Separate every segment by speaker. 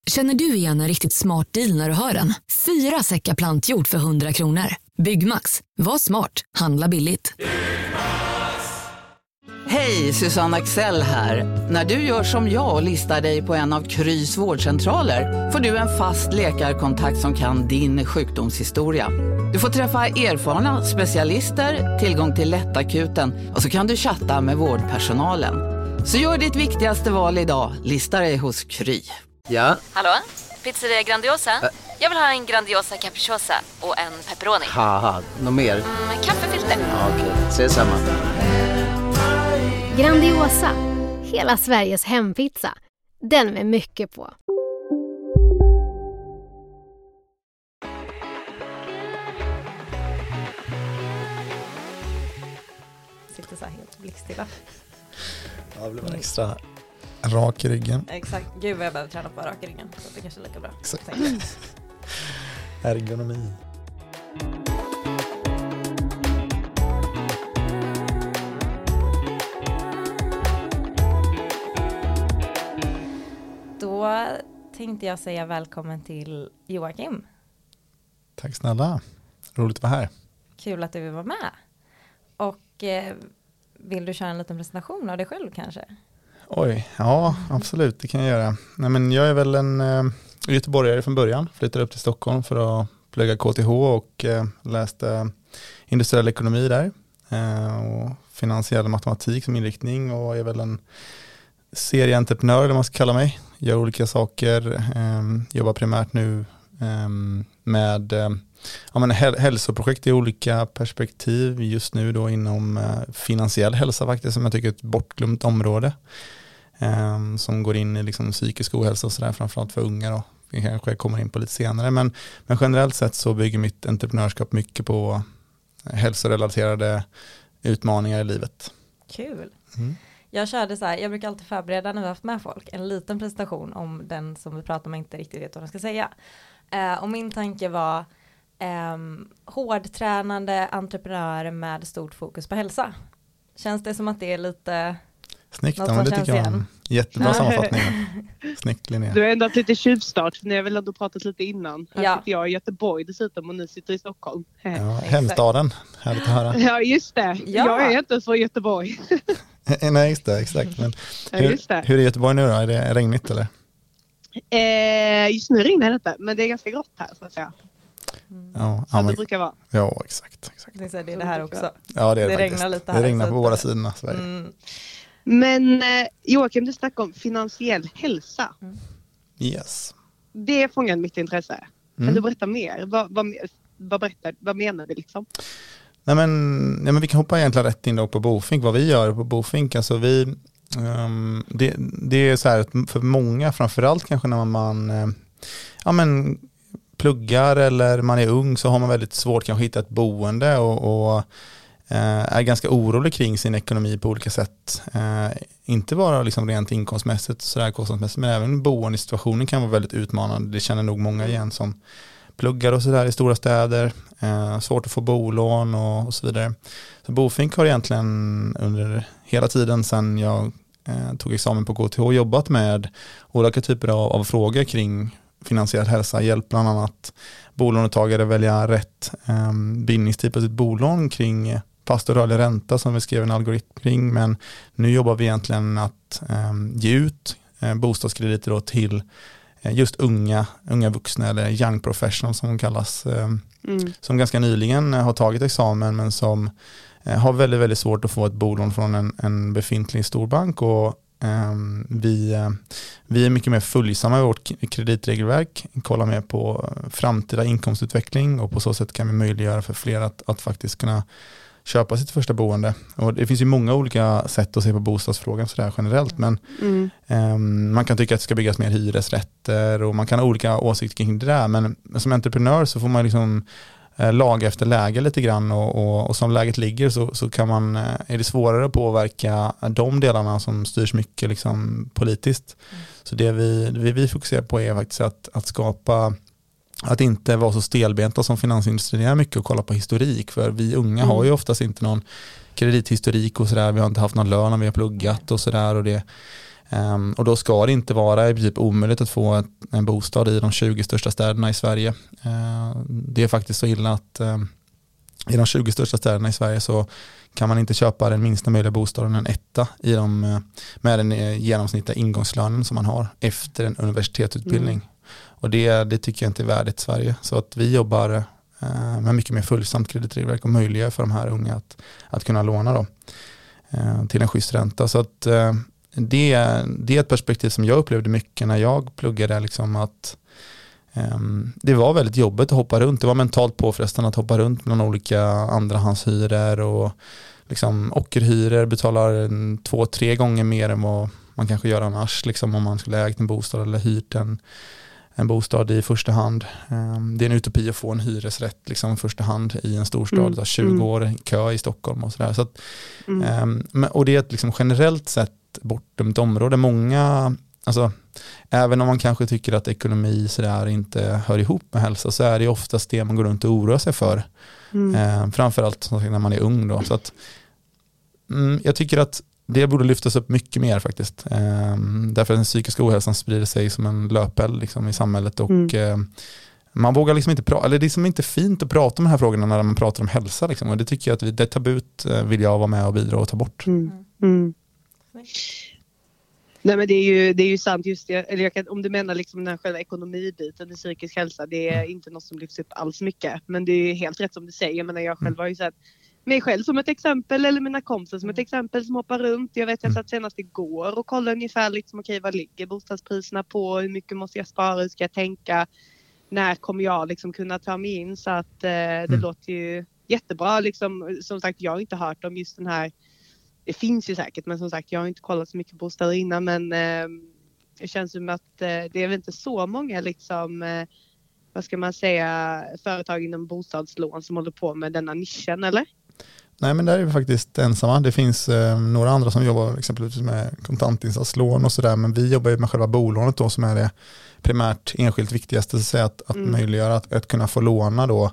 Speaker 1: Känner du igen en riktigt smart deal när du hör den? 4 säckar plantjord för 100 kronor. Byggmax. Var smart. Handla billigt.
Speaker 2: Hej, Susanne Axel här. När du gör som jag och listar dig på en av Krys vårdcentraler får du en fast läkarkontakt som kan din sjukdomshistoria. Du får träffa erfarna specialister, tillgång till lättakuten och så kan du chatta med vårdpersonalen. Så gör ditt viktigaste val idag, lista dig hos Kry.
Speaker 3: Ja?
Speaker 4: Hallå? Pizzeria Grandiosa? Jag vill ha en Grandiosa capriciosa och en pepperoni.
Speaker 3: Haha, något mer?
Speaker 4: Kaffefilter.
Speaker 3: Ja, okej, ses samma.
Speaker 5: Grandiosa, hela Sveriges hempizza. Den med mycket på.
Speaker 6: Sitter så här helt blickstilla.
Speaker 7: Ja, det blir man extra rak i ryggen.
Speaker 6: Exakt. Gud vad jag behöver träna på rak i ryggen. Så det kanske är lika bra.
Speaker 7: Exakt. Ergonomi.
Speaker 6: Då tänkte jag säga välkommen till Joakim.
Speaker 7: Tack snälla. Roligt att vara här.
Speaker 6: Kul att du vill vara med. Och vill du köra en liten presentation av dig själv kanske?
Speaker 7: Oj, ja absolut, det kan jag göra. Nej, men jag är väl en göteborgare från början. Flyttade upp till Stockholm för att plugga KTH och läste industriell ekonomi där. Och finansiell matematik som inriktning och är väl en serieentreprenör eller man ska kalla mig. Gör olika saker. Jobbar primärt nu med hälsoprojekt i olika perspektiv. Just nu då inom finansiell hälsa faktiskt som jag tycker är ett bortglömt område. Som går in i liksom psykisk ohälsa och sådär framförallt för unga då. Vi kanske kommer in på lite senare. Men generellt sett så bygger mitt entreprenörskap mycket på hälsorelaterade utmaningar i livet.
Speaker 6: Kul. Jag körde så här, jag brukar alltid förbereda när vi har haft med folk en liten presentation om den som vi pratar om inte riktigt vet vad de ska säga. Och min tanke var hårdtränande entreprenör med stort fokus på hälsa. Känns det som att det är lite
Speaker 7: snyggt,
Speaker 6: något
Speaker 7: men
Speaker 6: som
Speaker 7: det
Speaker 6: känns
Speaker 7: tycker jag
Speaker 6: igen?
Speaker 7: Jättebra sammanfattning. Snyggt Linnea.
Speaker 8: Du har ändå lite tjuvstart, för ni har väl ändå pratat lite innan. Här
Speaker 6: Ja.
Speaker 8: sitter jag i Göteborg dessutom och ni sitter i Stockholm.
Speaker 7: Ja, hemstaden, härligt att höra.
Speaker 8: Ja, just det.
Speaker 6: Ja.
Speaker 8: Jag är inte från Göteborg.
Speaker 7: Nej, just det, exakt. Men
Speaker 8: Ja, just det.
Speaker 7: hur är Göteborg nu då? Är det regnigt eller?
Speaker 8: Just nu regnar det inte, men det är ganska grått här så att säga.
Speaker 7: Ja,
Speaker 8: Som det brukar vara.
Speaker 7: Ja, exakt.
Speaker 6: Det är det här också.
Speaker 7: Ja, det är
Speaker 6: Det
Speaker 7: faktiskt.
Speaker 6: regnar lite här,
Speaker 7: Det regnar
Speaker 6: så
Speaker 7: på
Speaker 6: att-
Speaker 7: båda sidorna Sverige.
Speaker 8: Men Joakim, du snackar om finansiell hälsa.
Speaker 7: Yes.
Speaker 8: Det fångar mitt intresse. Kan du berätta mer? Vad menar du liksom?
Speaker 7: Nej, men vi kan hoppa egentligen rätt in då på Bofink. Vad vi gör på Bofink. Alltså det är så här att för många, framförallt kanske när man pluggar eller man är ung så har man väldigt svårt kanske hitta ett boende och är ganska orolig kring sin ekonomi på olika sätt. Inte bara liksom rent inkomstmässigt så där kostnadsmässigt, men även boendesituationen kan vara väldigt utmanande. Det känner nog många igen som pluggar och sådär i stora städer. Svårt att få bolån och så vidare. Så Bofink har egentligen under hela tiden sedan jag tog examen på KTH jobbat med olika typer av frågor kring finansiell hälsa. Hjälp bland annat bolånetagare välja rätt bindningstyp av sitt bolån kring fast och rörlig ränta som vi skrev en algoritm kring. Men nu jobbar vi egentligen att ge ut bostadskrediter då till just unga vuxna eller young professionals som de kallas. Som ganska nyligen har tagit examen men som har väldigt, väldigt svårt att få ett bolån från en befintlig storbank och vi är mycket mer följsamma i vårt kreditregelverk, kollar mer på framtida inkomstutveckling och på så sätt kan vi möjliggöra för fler att faktiskt kunna köpa sitt första boende. Och det finns ju många olika sätt att se på bostadsfrågan sådär generellt men man kan tycka att det ska byggas mer hyresrätter och man kan ha olika åsikter kring det där men som entreprenör så får man liksom laga efter läge lite grann och som läget ligger så kan man, är det svårare att påverka de delarna som styrs mycket liksom politiskt. Så det vi fokuserar på är faktiskt att skapa, att inte vara så stelbenta som finansindustrin är mycket och kolla på historik, för vi unga har ju oftast inte någon kredithistorik och sådär, vi har inte haft någon lön när vi har pluggat och sådär och det Och då ska det inte vara i princip omöjligt att få en bostad i de 20 största städerna i Sverige. Det är faktiskt så illa att i de 20 största städerna i Sverige så kan man inte köpa den minsta möjliga bostaden, en etta med den genomsnittliga ingångslönen som man har efter en universitetsutbildning. Och det tycker jag inte är värdigt Sverige. Så att vi jobbar med mycket mer fullsamt kreditregelverk och möjliggör för de här unga att kunna låna då, till en schysst ränta. Så att det är ett perspektiv som jag upplevde mycket när jag pluggade, liksom att det var väldigt jobbigt att hoppa runt. Det var mentalt påfrestande att hoppa runt bland olika andrahandshyror och liksom ockerhyror, betalar 2-3 gånger mer än vad man kanske gör annars, liksom om man skulle ägt en bostad eller hyrt en bostad i första hand. Det är en utopi att få en hyresrätt liksom i första hand i en storstad. Det har 20 år kö i Stockholm och sådär. Så att, och det är ett liksom generellt sett bortdömt område. Många, alltså, även om man kanske tycker att ekonomi sådär inte hör ihop med hälsa, så är det oftast det man går runt och oroar sig för. Framförallt när man är ung då. Så att, jag tycker att det borde lyftas upp mycket mer faktiskt. Därför att den psykiska ohälsan sprider sig som en löpeld liksom, i samhället. Och man vågar liksom inte prata, eller det är som inte fint att prata om de här frågorna när man pratar om hälsa. Liksom. Och det tycker jag att det tabut vill jag vara med och bidra och ta bort.
Speaker 8: Nej, men det är ju sant just det. Eller om du menar liksom den här själva ekonomibiten i psykisk hälsa, det är inte något som lyfts upp alls mycket. Men det är helt rätt som du säger. Men jag själv har ju sett mig själv som ett exempel, eller mina kompisar som ett exempel som hoppar runt. Jag satt senast igår och kollade ungefär liksom, okej, vad ligger bostadspriserna på? Hur mycket måste jag spara? Hur ska jag tänka? När kommer jag liksom kunna ta mig in? Så att det låter ju jättebra. Liksom, som sagt, jag har inte hört om just den här. Det finns ju säkert, men som sagt, jag har inte kollat så mycket bostäder innan. Men det känns som att det är väl inte så många liksom, vad ska man säga, företag inom bostadslån som håller på med denna nischen, eller?
Speaker 7: Nej, men där är vi faktiskt ensamma. Det finns några andra som jobbar exempelvis med kontantinsatslån och sådär, men vi jobbar ju med själva bolånet då, som är det primärt enskilt viktigaste, så att möjliggöra att kunna få låna då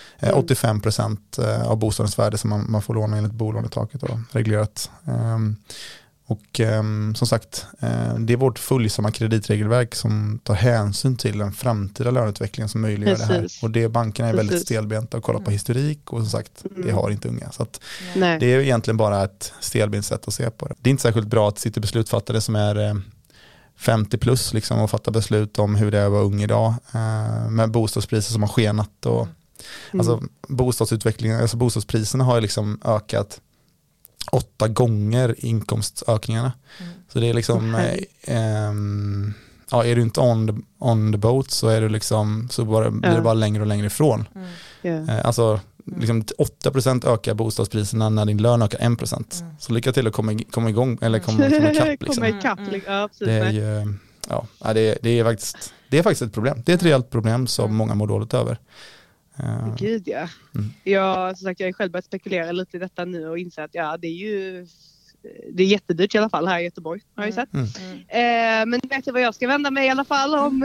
Speaker 7: 85% av bostadens värde som man får låna enligt bolånetaket då, reglerat. Och som sagt, det är vårt fullsamma kreditregelverk som tar hänsyn till den framtida löneutvecklingen som möjliggör det här. Och det, bankerna är väldigt stelbenta och kollar på historik, och som sagt, det har inte unga. Så att det är egentligen bara ett stelbent sätt att se på det. Det är inte särskilt bra att sitta beslutsfattare som är 50 plus liksom, och fatta beslut om hur det är att vara ung idag, med bostadspriser som har skenat och alltså bostadsutvecklingen, alltså bostadspriserna har liksom ökat 8 gånger inkomstökningarna. Så det är liksom är du inte on the boat, så är du liksom, så blir det bara längre och längre ifrån. Alltså liksom 8% ökar bostadspriserna när din lön ökar 1%. Så lycka till att komma igång eller komma ikapp liksom. Det är ju, det är faktiskt ett problem. Det är ett reellt problem som många mår dåligt över.
Speaker 8: Gud ja. Jag är själv börjat spekulera lite i detta nu och inser att det är jättedyrt i alla fall här i Göteborg, har jag sett. Men vet jag vad jag ska vända mig i alla fall om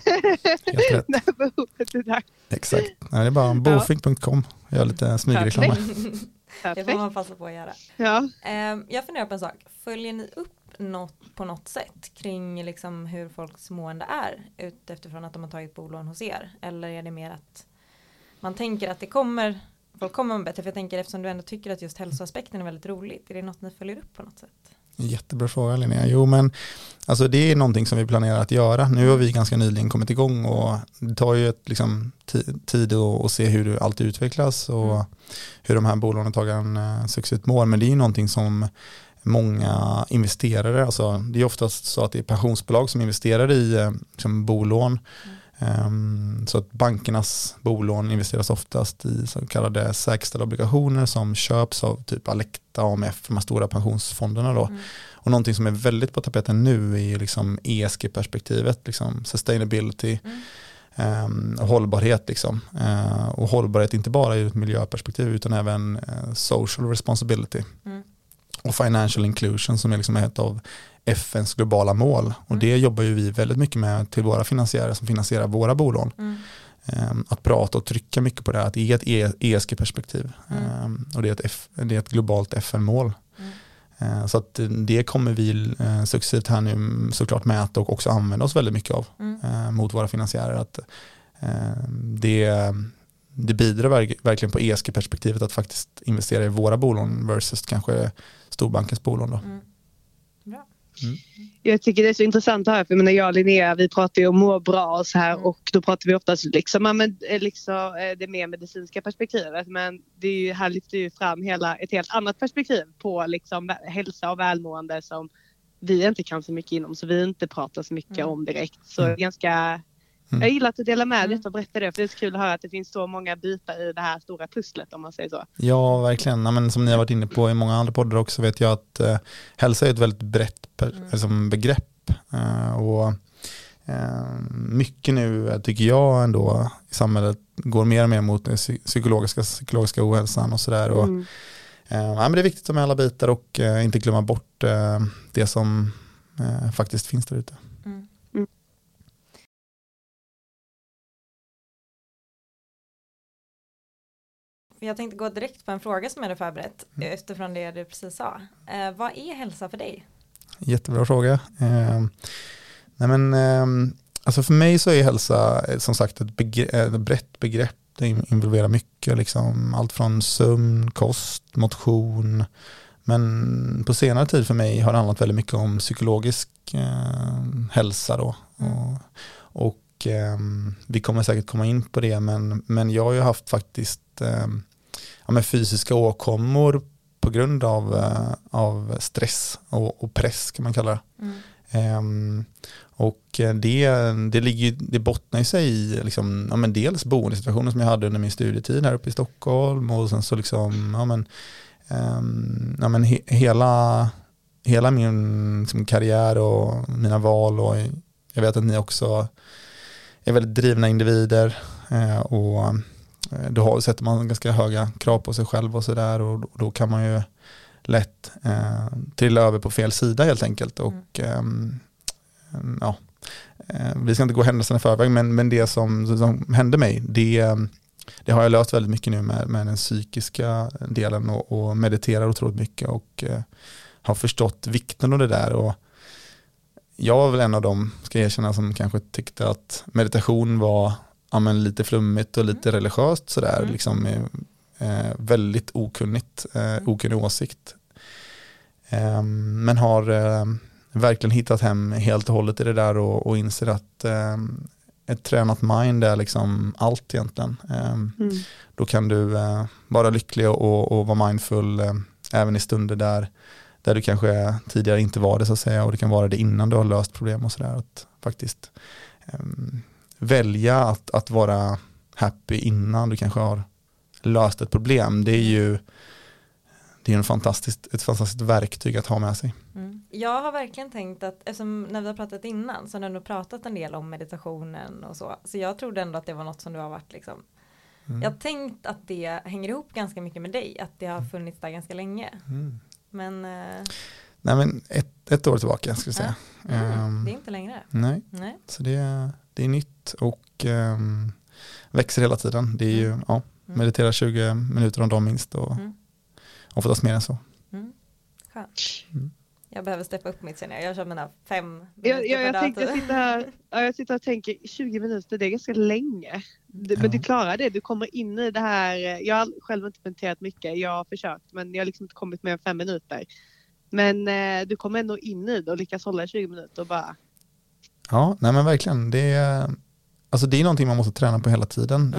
Speaker 8: när behovet är där.
Speaker 7: Exakt. Nej, det är bara bofink.com. Jag gör lite smygreklam.
Speaker 6: Det får man passa på att göra.
Speaker 8: Ja.
Speaker 6: Jag funderar på en sak. Följer ni upp på något sätt kring liksom hur folks mående är utifrån att de har tagit bolån hos er? Eller är det mer att man tänker att folk kommer bättre? För jag tänker, eftersom du ändå tycker att just hälsoaspekten är väldigt roligt, är det något ni följer upp på något sätt?
Speaker 7: Jättebra fråga, Linnea. Jo, men alltså, det är någonting som vi planerar att göra. Nu har vi ganska nyligen kommit igång, och det tar ju tid att se hur allt utvecklas och hur de här bolånetagarna successivt mår. Men det är ju någonting som många investerare, alltså det är oftast så att det är pensionsbolag som investerar i liksom bolån. Så att bankernas bolån investeras oftast i så kallade säkerställda obligationer som köps av typ Alecta, AMF, de här stora pensionsfonderna då. Och någonting som är väldigt på tapeten nu är ju liksom ESG-perspektivet, liksom sustainability, och hållbarhet liksom. Och hållbarhet inte bara ur ett miljöperspektiv utan även social responsibility. Och financial inclusion som är liksom ett av FNs globala mål. Och det jobbar ju vi väldigt mycket med till våra finansiärer som finansierar våra bolån. Att prata och trycka mycket på det här, att det är ett ESG-perspektiv. Och det är ett globalt FN-mål. Så att det kommer vi successivt här nu såklart mäta och också använda oss väldigt mycket av mot våra finansiärer. Att det bidrar verkligen på ESG-perspektivet att faktiskt investera i våra bolån versus kanske storbankens bolån då.
Speaker 6: Bra.
Speaker 8: Jag tycker det är så intressant här, för jag och Linnea, vi pratar ju om må bra och så här, och då pratar vi oftast liksom det mer medicinska perspektivet, men det är ju, här lyfter ju fram ett helt annat perspektiv på liksom hälsa och välmående som vi inte kan så mycket inom, så vi inte pratar så mycket om direkt. Så jag gillar att du delar med dig och berättar det, för det är så kul att höra att det finns så många bitar i det här stora pusslet, om man säger så.
Speaker 7: Ja, verkligen. Ja, men som ni har varit inne på i många andra poddar också, vet jag att hälsa är ett väldigt brett begrepp. Och mycket nu tycker jag ändå i samhället går mer och mer mot den psykologiska ohälsan och sådär. Och men det är viktigt med alla bitar och inte glömma bort det som faktiskt finns där ute.
Speaker 6: Jag tänkte gå direkt på en fråga som jag hade förberett utifrån det du precis sa. Vad är hälsa för dig?
Speaker 7: Jättebra fråga. Alltså för mig så är hälsa som sagt ett brett begrepp. Det involverar mycket, liksom, allt från sömn, kost, motion. Men på senare tid för mig har det handlat väldigt mycket om psykologisk hälsa då. Och vi kommer säkert komma in på det, men jag har ju haft faktiskt fysiska åkommor på grund av stress och press, kan man kalla det. Och det bottnar i sig i liksom, dels boendesituationer som jag hade under min studietid här uppe i Stockholm, och sen så liksom hela min liksom, karriär och mina val, och jag vet att ni också är väldigt drivna individer, och då sätter man ganska höga krav på sig själv och sådär, och då kan man ju lätt trilla över på fel sida helt enkelt. Och vi ska inte gå händelserna i förväg, men det som hände mig, det har jag löst väldigt mycket nu med den psykiska delen, och mediterar otroligt mycket och har förstått vikten av det där. Och jag var väl en av dem, ska jag erkänna, som kanske tyckte att meditation var lite flummigt och lite religiöst sådär, liksom väldigt okunnig åsikt. Men har verkligen hittat hem helt och hållet i det där, och inser att ett tränat mind är liksom allt egentligen. Då kan du vara lycklig och vara mindful även i stunder där du kanske tidigare inte var det, så att säga, och det kan vara det innan du har löst problem och sådär. Att faktiskt välja att vara happy innan du kanske har löst ett problem, det är ju ett fantastiskt verktyg att ha med sig.
Speaker 6: Jag har verkligen tänkt att, eftersom när vi har pratat innan, så har du pratat en del om meditationen och så jag trodde ändå att det var något som du har varit liksom. Jag har tänkt att det hänger ihop ganska mycket med dig, att det har funnits där ganska länge. Men
Speaker 7: nej, men ett år tillbaka ska jag säga.
Speaker 6: Det är inte längre.
Speaker 7: Nej. Så det är nytt och växer hela tiden. Det är ju meditera 20 minuter om dagen minst, och oftast mer än så.
Speaker 6: Skönt. Jag behöver steppa upp mitt senare. Jag kör mina 5 minuter
Speaker 8: jag sitter och tänker 20 minuter, det är ganska länge. Men du klarar det. Du kommer in i det här. Jag har själv inte mediterat mycket. Jag har försökt, men jag har liksom inte kommit mer än 5 minuter. Men du kommer ändå in i det och lyckas hålla 20 minuter och bara...
Speaker 7: Ja, nej men verkligen. Det är någonting man måste träna på hela tiden.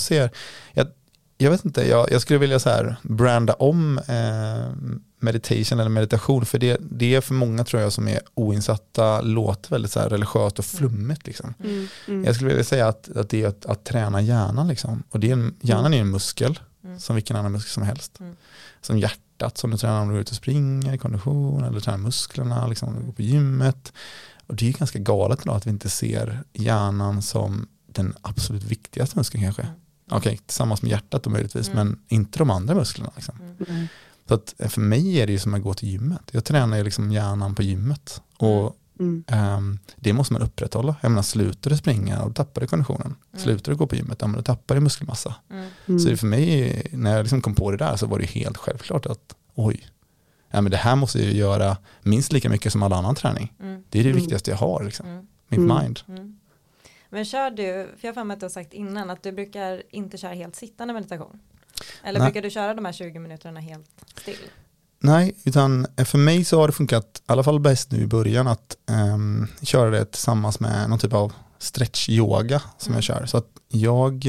Speaker 7: Jag vet inte, jag skulle vilja så här branda om meditation eller meditation, för det är för många, tror jag, som är oinsatta, låter väldigt så här religiöst och flummigt liksom. Jag skulle vilja säga att det är att träna hjärnan liksom. Och hjärnan är en muskel som vilken annan muskel som helst. Som hjärtat, som du tränar om du går ut och springer i kondition, eller tränar musklerna liksom, om du går på gymmet. Och det är ganska galet då att vi inte ser hjärnan som den absolut viktigaste muskeln kanske. Okej, tillsammans med hjärtat då möjligtvis, men inte de andra musklerna liksom. Så att för mig är det ju som att gå till gymmet. Jag tränar ju liksom hjärnan på gymmet, och det måste man upprätthålla. Jag menar, slutar du springa och tappar du konditionen, slutar du gå på gymmet, då tappar du muskelmassa. Så det för mig, när jag liksom kom på det där, så var det helt självklart att ja, men det här måste jag göra minst lika mycket som all annan träning. Det är det viktigaste jag har liksom. Mitt mind.
Speaker 6: Men kör du, för jag har för mig att du har sagt innan att du brukar inte köra helt sittande meditation. Eller brukar du köra de här 20 minuterna helt still?
Speaker 7: Nej, utan för mig så har det funkat i alla fall bäst nu i början att köra det tillsammans med någon typ av stretch-yoga som jag kör. Så att jag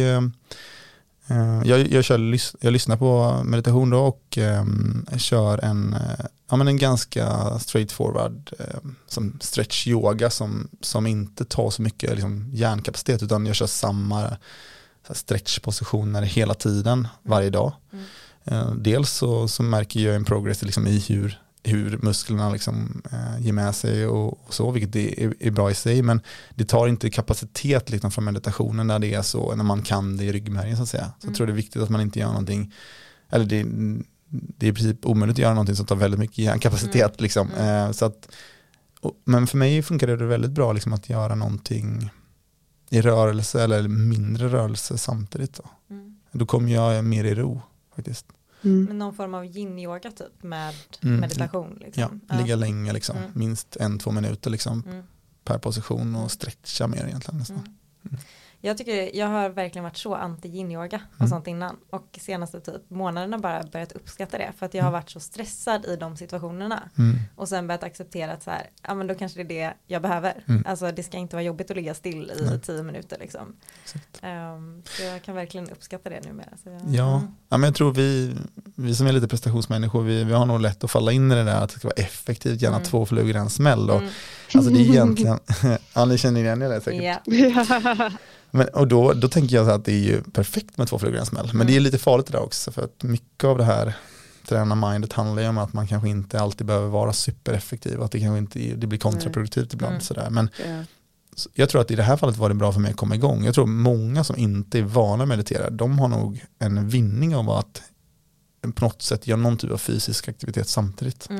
Speaker 7: lyssnar på meditation då och kör en ganska straightforward som stretch-yoga som inte tar så mycket liksom, hjärnkapacitet, utan jag kör samma stretch-positioner hela tiden varje dag. Dels så märker jag en progress liksom i hur musklerna liksom, ger med sig och så, vilket är bra i sig, men det tar inte kapacitet liksom, från meditationen när det är så, när man kan det i ryggmärgen så att säga. Så jag tror det är viktigt att man inte gör någonting, eller det är i princip omöjligt att göra någonting som tar väldigt mycket hjärnkapacitet liksom. Så att, men för mig funkar det väldigt bra liksom, att göra någonting i rörelse eller mindre rörelse samtidigt då. Då kommer jag mer i ro faktiskt.
Speaker 6: Men någon form av yin-yoga typ med meditation liksom.
Speaker 7: Ja, ligga länge liksom. Minst 1-2 minuter liksom per position och stretcha mer egentligen nästan.
Speaker 6: Jag har verkligen varit så anti-yin-yoga och sånt innan. Och senaste typ månaderna bara börjat uppskatta det. För att jag har varit så stressad i de situationerna. Och sen börjat acceptera att så här, ja men då kanske det är det jag behöver. Alltså det ska inte vara jobbigt att ligga still i 10 minuter liksom. Så jag kan verkligen uppskatta det numera. Så
Speaker 7: ja, men jag tror vi som är lite prestationsmänniskor, vi har nog lätt att falla in i det där att det ska vara effektivt, gärna 2 flugor i en smäll. Och, alltså det är egentligen, ja ni känner igen det säkert.
Speaker 6: Yeah.
Speaker 7: Men, och då tänker jag så att det är ju perfekt med 2 flugor i en smäll. Men det är lite farligt det där också, för att mycket av det här träna mindet handlar ju om att man kanske inte alltid behöver vara supereffektiv, att det kanske inte det blir kontraproduktivt ibland sådär. Men jag tror att i det här fallet var det bra för mig att komma igång. Jag tror många som inte är vana att meditera, de har nog en vinning av att på något sätt göra någon typ av fysisk aktivitet samtidigt.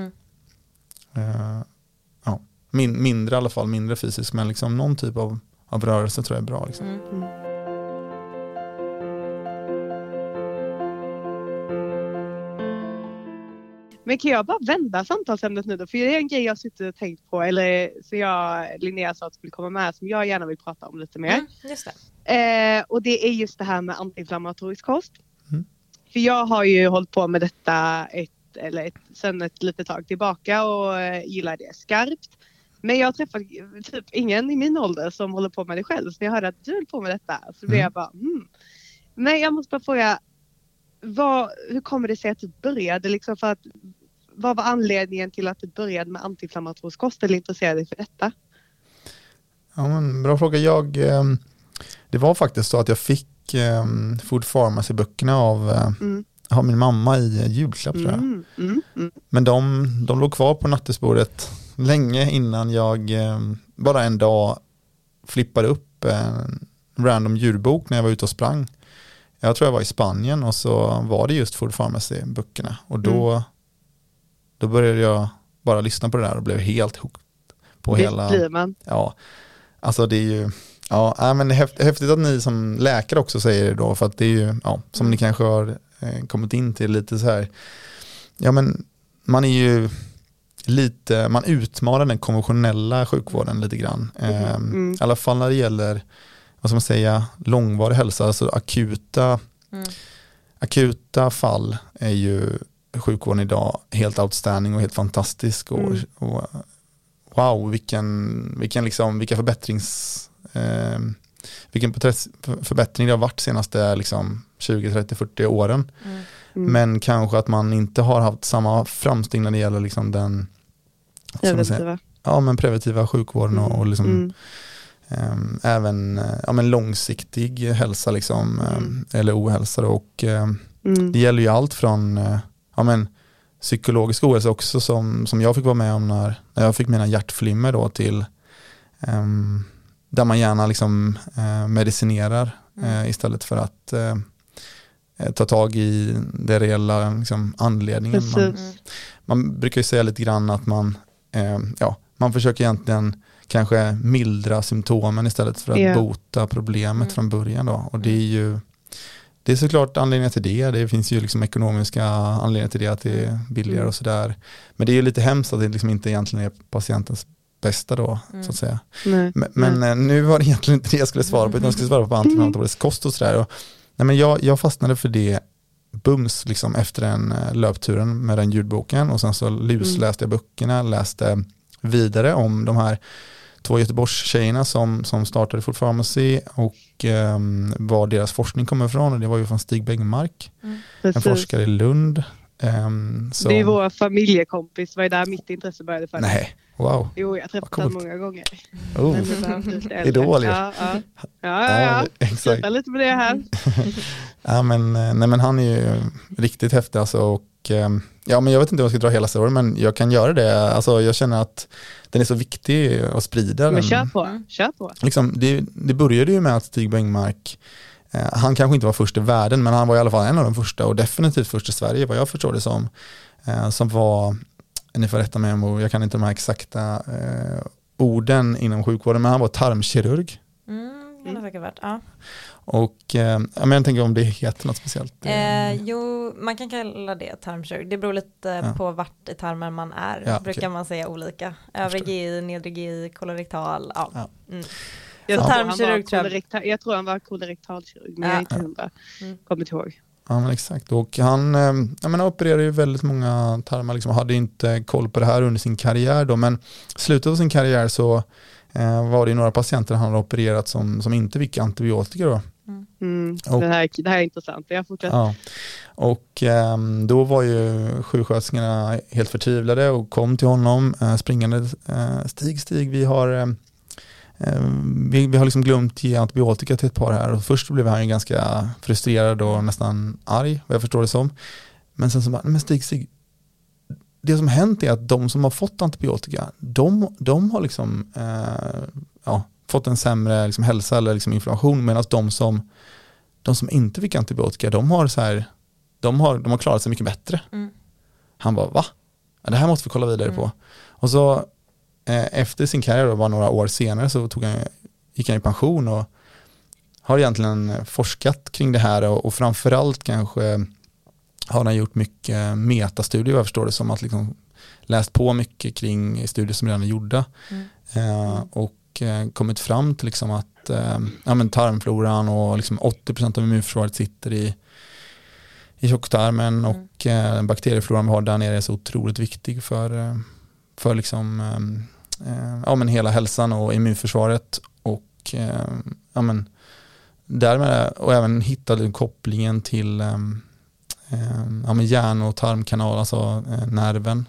Speaker 7: Mindre i alla fall, mindre fysisk, men liksom någon typ av rörelse tror jag är bra liksom.
Speaker 8: Men kan jag bara vända samtalsämnet nu då? För det är en grej jag suttit och tänkt på, eller så Linnea sa att skulle komma med, som jag gärna vill prata om lite mer.
Speaker 6: Just det.
Speaker 8: Och det är just det här med antiinflammatorisk kost. För jag har ju hållit på med detta sen ett litet tag tillbaka och gillar det skarpt. Men jag har träffat typ ingen i min ålder som håller på med det själv. Så när jag hörde att du höll på med detta så blev jag bara Men jag måste bara fråga, hur kommer det sig att du började? Liksom för att, vad var anledningen till att du började med antiinflammatorisk kost eller intresserade dig för detta?
Speaker 7: Ja, men bra fråga. Det var faktiskt så att jag fick Food Pharmacy-böckerna av min mamma i julklapp tror jag. Men de låg kvar på nattduksbordet länge innan jag bara en dag flippade upp en random djurbok när jag var ute och sprang. Jag tror jag var i Spanien och så var det just Food Pharmacy-böckerna. Och då började jag bara lyssna på det där och blev helt hooked på hela...
Speaker 8: Blir man.
Speaker 7: Ja, alltså det är ju... Ja, men det är häftigt att ni som läkare också säger det då, för att det är ju, som ni kanske har kommit in till lite så här, ja men man är ju lite, man utmanar den konventionella sjukvården lite grann. I alla fall när det gäller, vad ska man säga, långvarig hälsa, alltså akuta fall är ju sjukvården idag helt outstanding och helt fantastisk och wow, vilka förbättring det har varit senaste liksom 20, 30, 40 åren. Men kanske att man inte har haft samma framsteg när det gäller liksom den preventiva sjukvården och liksom även långsiktig hälsa liksom, eller ohälsa då. Och det gäller ju allt från psykologisk ohälsa också som jag fick vara med om när jag fick mina hjärtflimmer då till där man gärna liksom medicinerar istället för att ta tag i det reella liksom, anledningen. Man brukar ju säga lite grann att man försöker egentligen kanske mildra symptomen istället för att bota problemet från början då. Och det det är såklart anledningar till det. Det finns ju liksom ekonomiska anledningar till det, att det är billigare och sådär. Men det är ju lite hemskt att det liksom inte egentligen är patientens bästa då, så att säga. Men nu var det egentligen inte det jag skulle svara på, utan jag skulle svara på antiinflammatorisk kost och sådär. Nej, men jag fastnade för det bums liksom efter den löpturen med den ljudboken, och sen så lusläste jag böckerna, läste vidare om de här 2 Göteborgs-tjejerna som startade Food Pharmacy och var deras forskning kommer ifrån, och det var ju från Stig Bengmark, en forskare i Lund.
Speaker 8: Det är vår familjekompis, var där mitt intresse började för.
Speaker 7: Nej, wow.
Speaker 8: Jo, jag träffat honom många gånger.
Speaker 7: Idol.
Speaker 8: Ja. Exakt. Lite med det här.
Speaker 7: Ja, men han är ju riktigt häftig alltså, och ja, men jag vet inte om jag ska dra hela storyn, men jag kan göra det. Alltså, jag känner att den är så viktig att sprida.
Speaker 8: Men kör på.
Speaker 7: Liksom, det började ju med att Stig Bengmark, han kanske inte var först i världen, men han var i alla fall en av de första, och definitivt först i Sverige, vad jag förstår det som var, ni får rätta mig om, och jag kan inte de här exakta orden inom sjukvården, men han var tarmkirurg.
Speaker 6: Det har säkert varit, ja.
Speaker 7: Och men jag tänker om det heter något speciellt.
Speaker 6: Jo, man kan kalla det tarmkirurg. Det beror lite på vart i tarmen man är. Brukar man säga olika. Övre GI, nedre GI, kolorektal. Ja.
Speaker 8: Jag tror han var kolorektalkirurg, men jag är inte 100. Kommit ihåg.
Speaker 7: Ja, men exakt. Och han opererade ju väldigt många tarmar, liksom, hade inte koll på det här under sin karriär då, men slutet av sin karriär så var det några patienter han hade opererat som inte fick antibiotika då.
Speaker 8: Och, det här är intressant. Jag fortsätter.
Speaker 7: Ja. Och då var ju sjuksköterskorna helt förtvivlade och kom till honom springande. Stig, vi har liksom glömt ge antibiotika till ett par här. Och först blev han ju ganska frustrerad och nästan arg, vad jag förstår det som. Men sen så bara, men Stig, det som hänt är att de som har fått antibiotika, de har liksom fått en sämre liksom hälsa eller liksom inflammation, medan de som inte fick antibiotika, de har klarat sig mycket bättre. Han bara, va? Det här måste vi kolla vidare på. Och så efter sin karriär, bara några år senare, så gick han i pension och har egentligen forskat kring det här, och framförallt kanske har han gjort mycket metastudier, jag förstår det som, att liksom läst på mycket kring studier som redan är gjorda och kommit fram till liksom att tarmfloran och liksom 80% av immunförsvaret sitter i tjocktarmen, och bakteriefloran vi har där nere är så otroligt viktig för liksom hela hälsan och immunförsvaret, och därmed, och även hittade kopplingen till hjärn- och tarmkanal, alltså nerven.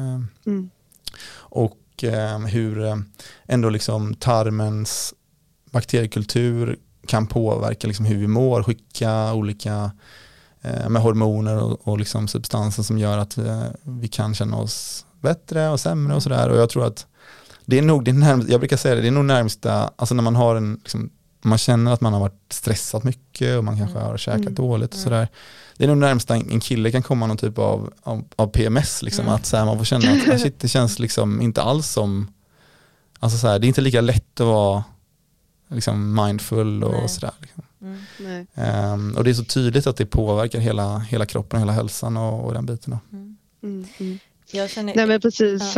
Speaker 7: Och hur ändå liksom tarmens bakteriekultur kan påverka liksom hur vi mår, skicka olika med hormoner och liksom substanser som gör att vi kan känna oss bättre och sämre och sådär. Och jag tror att det är nog det närmsta, jag brukar säga det är nog närmsta, alltså när man har man känner att man har varit stressat mycket och man kanske har käkat dåligt och sådär. Det är nog närmsta en kille kan komma någon typ av PMS liksom, att så här, man får känna att shit, det känns liksom inte alls som, alltså så här, det är inte lika lätt att vara liksom mindful och sådär liksom. Och det är så tydligt att det påverkar hela kroppen och hela hälsan och den biten då.
Speaker 8: Nej, men precis.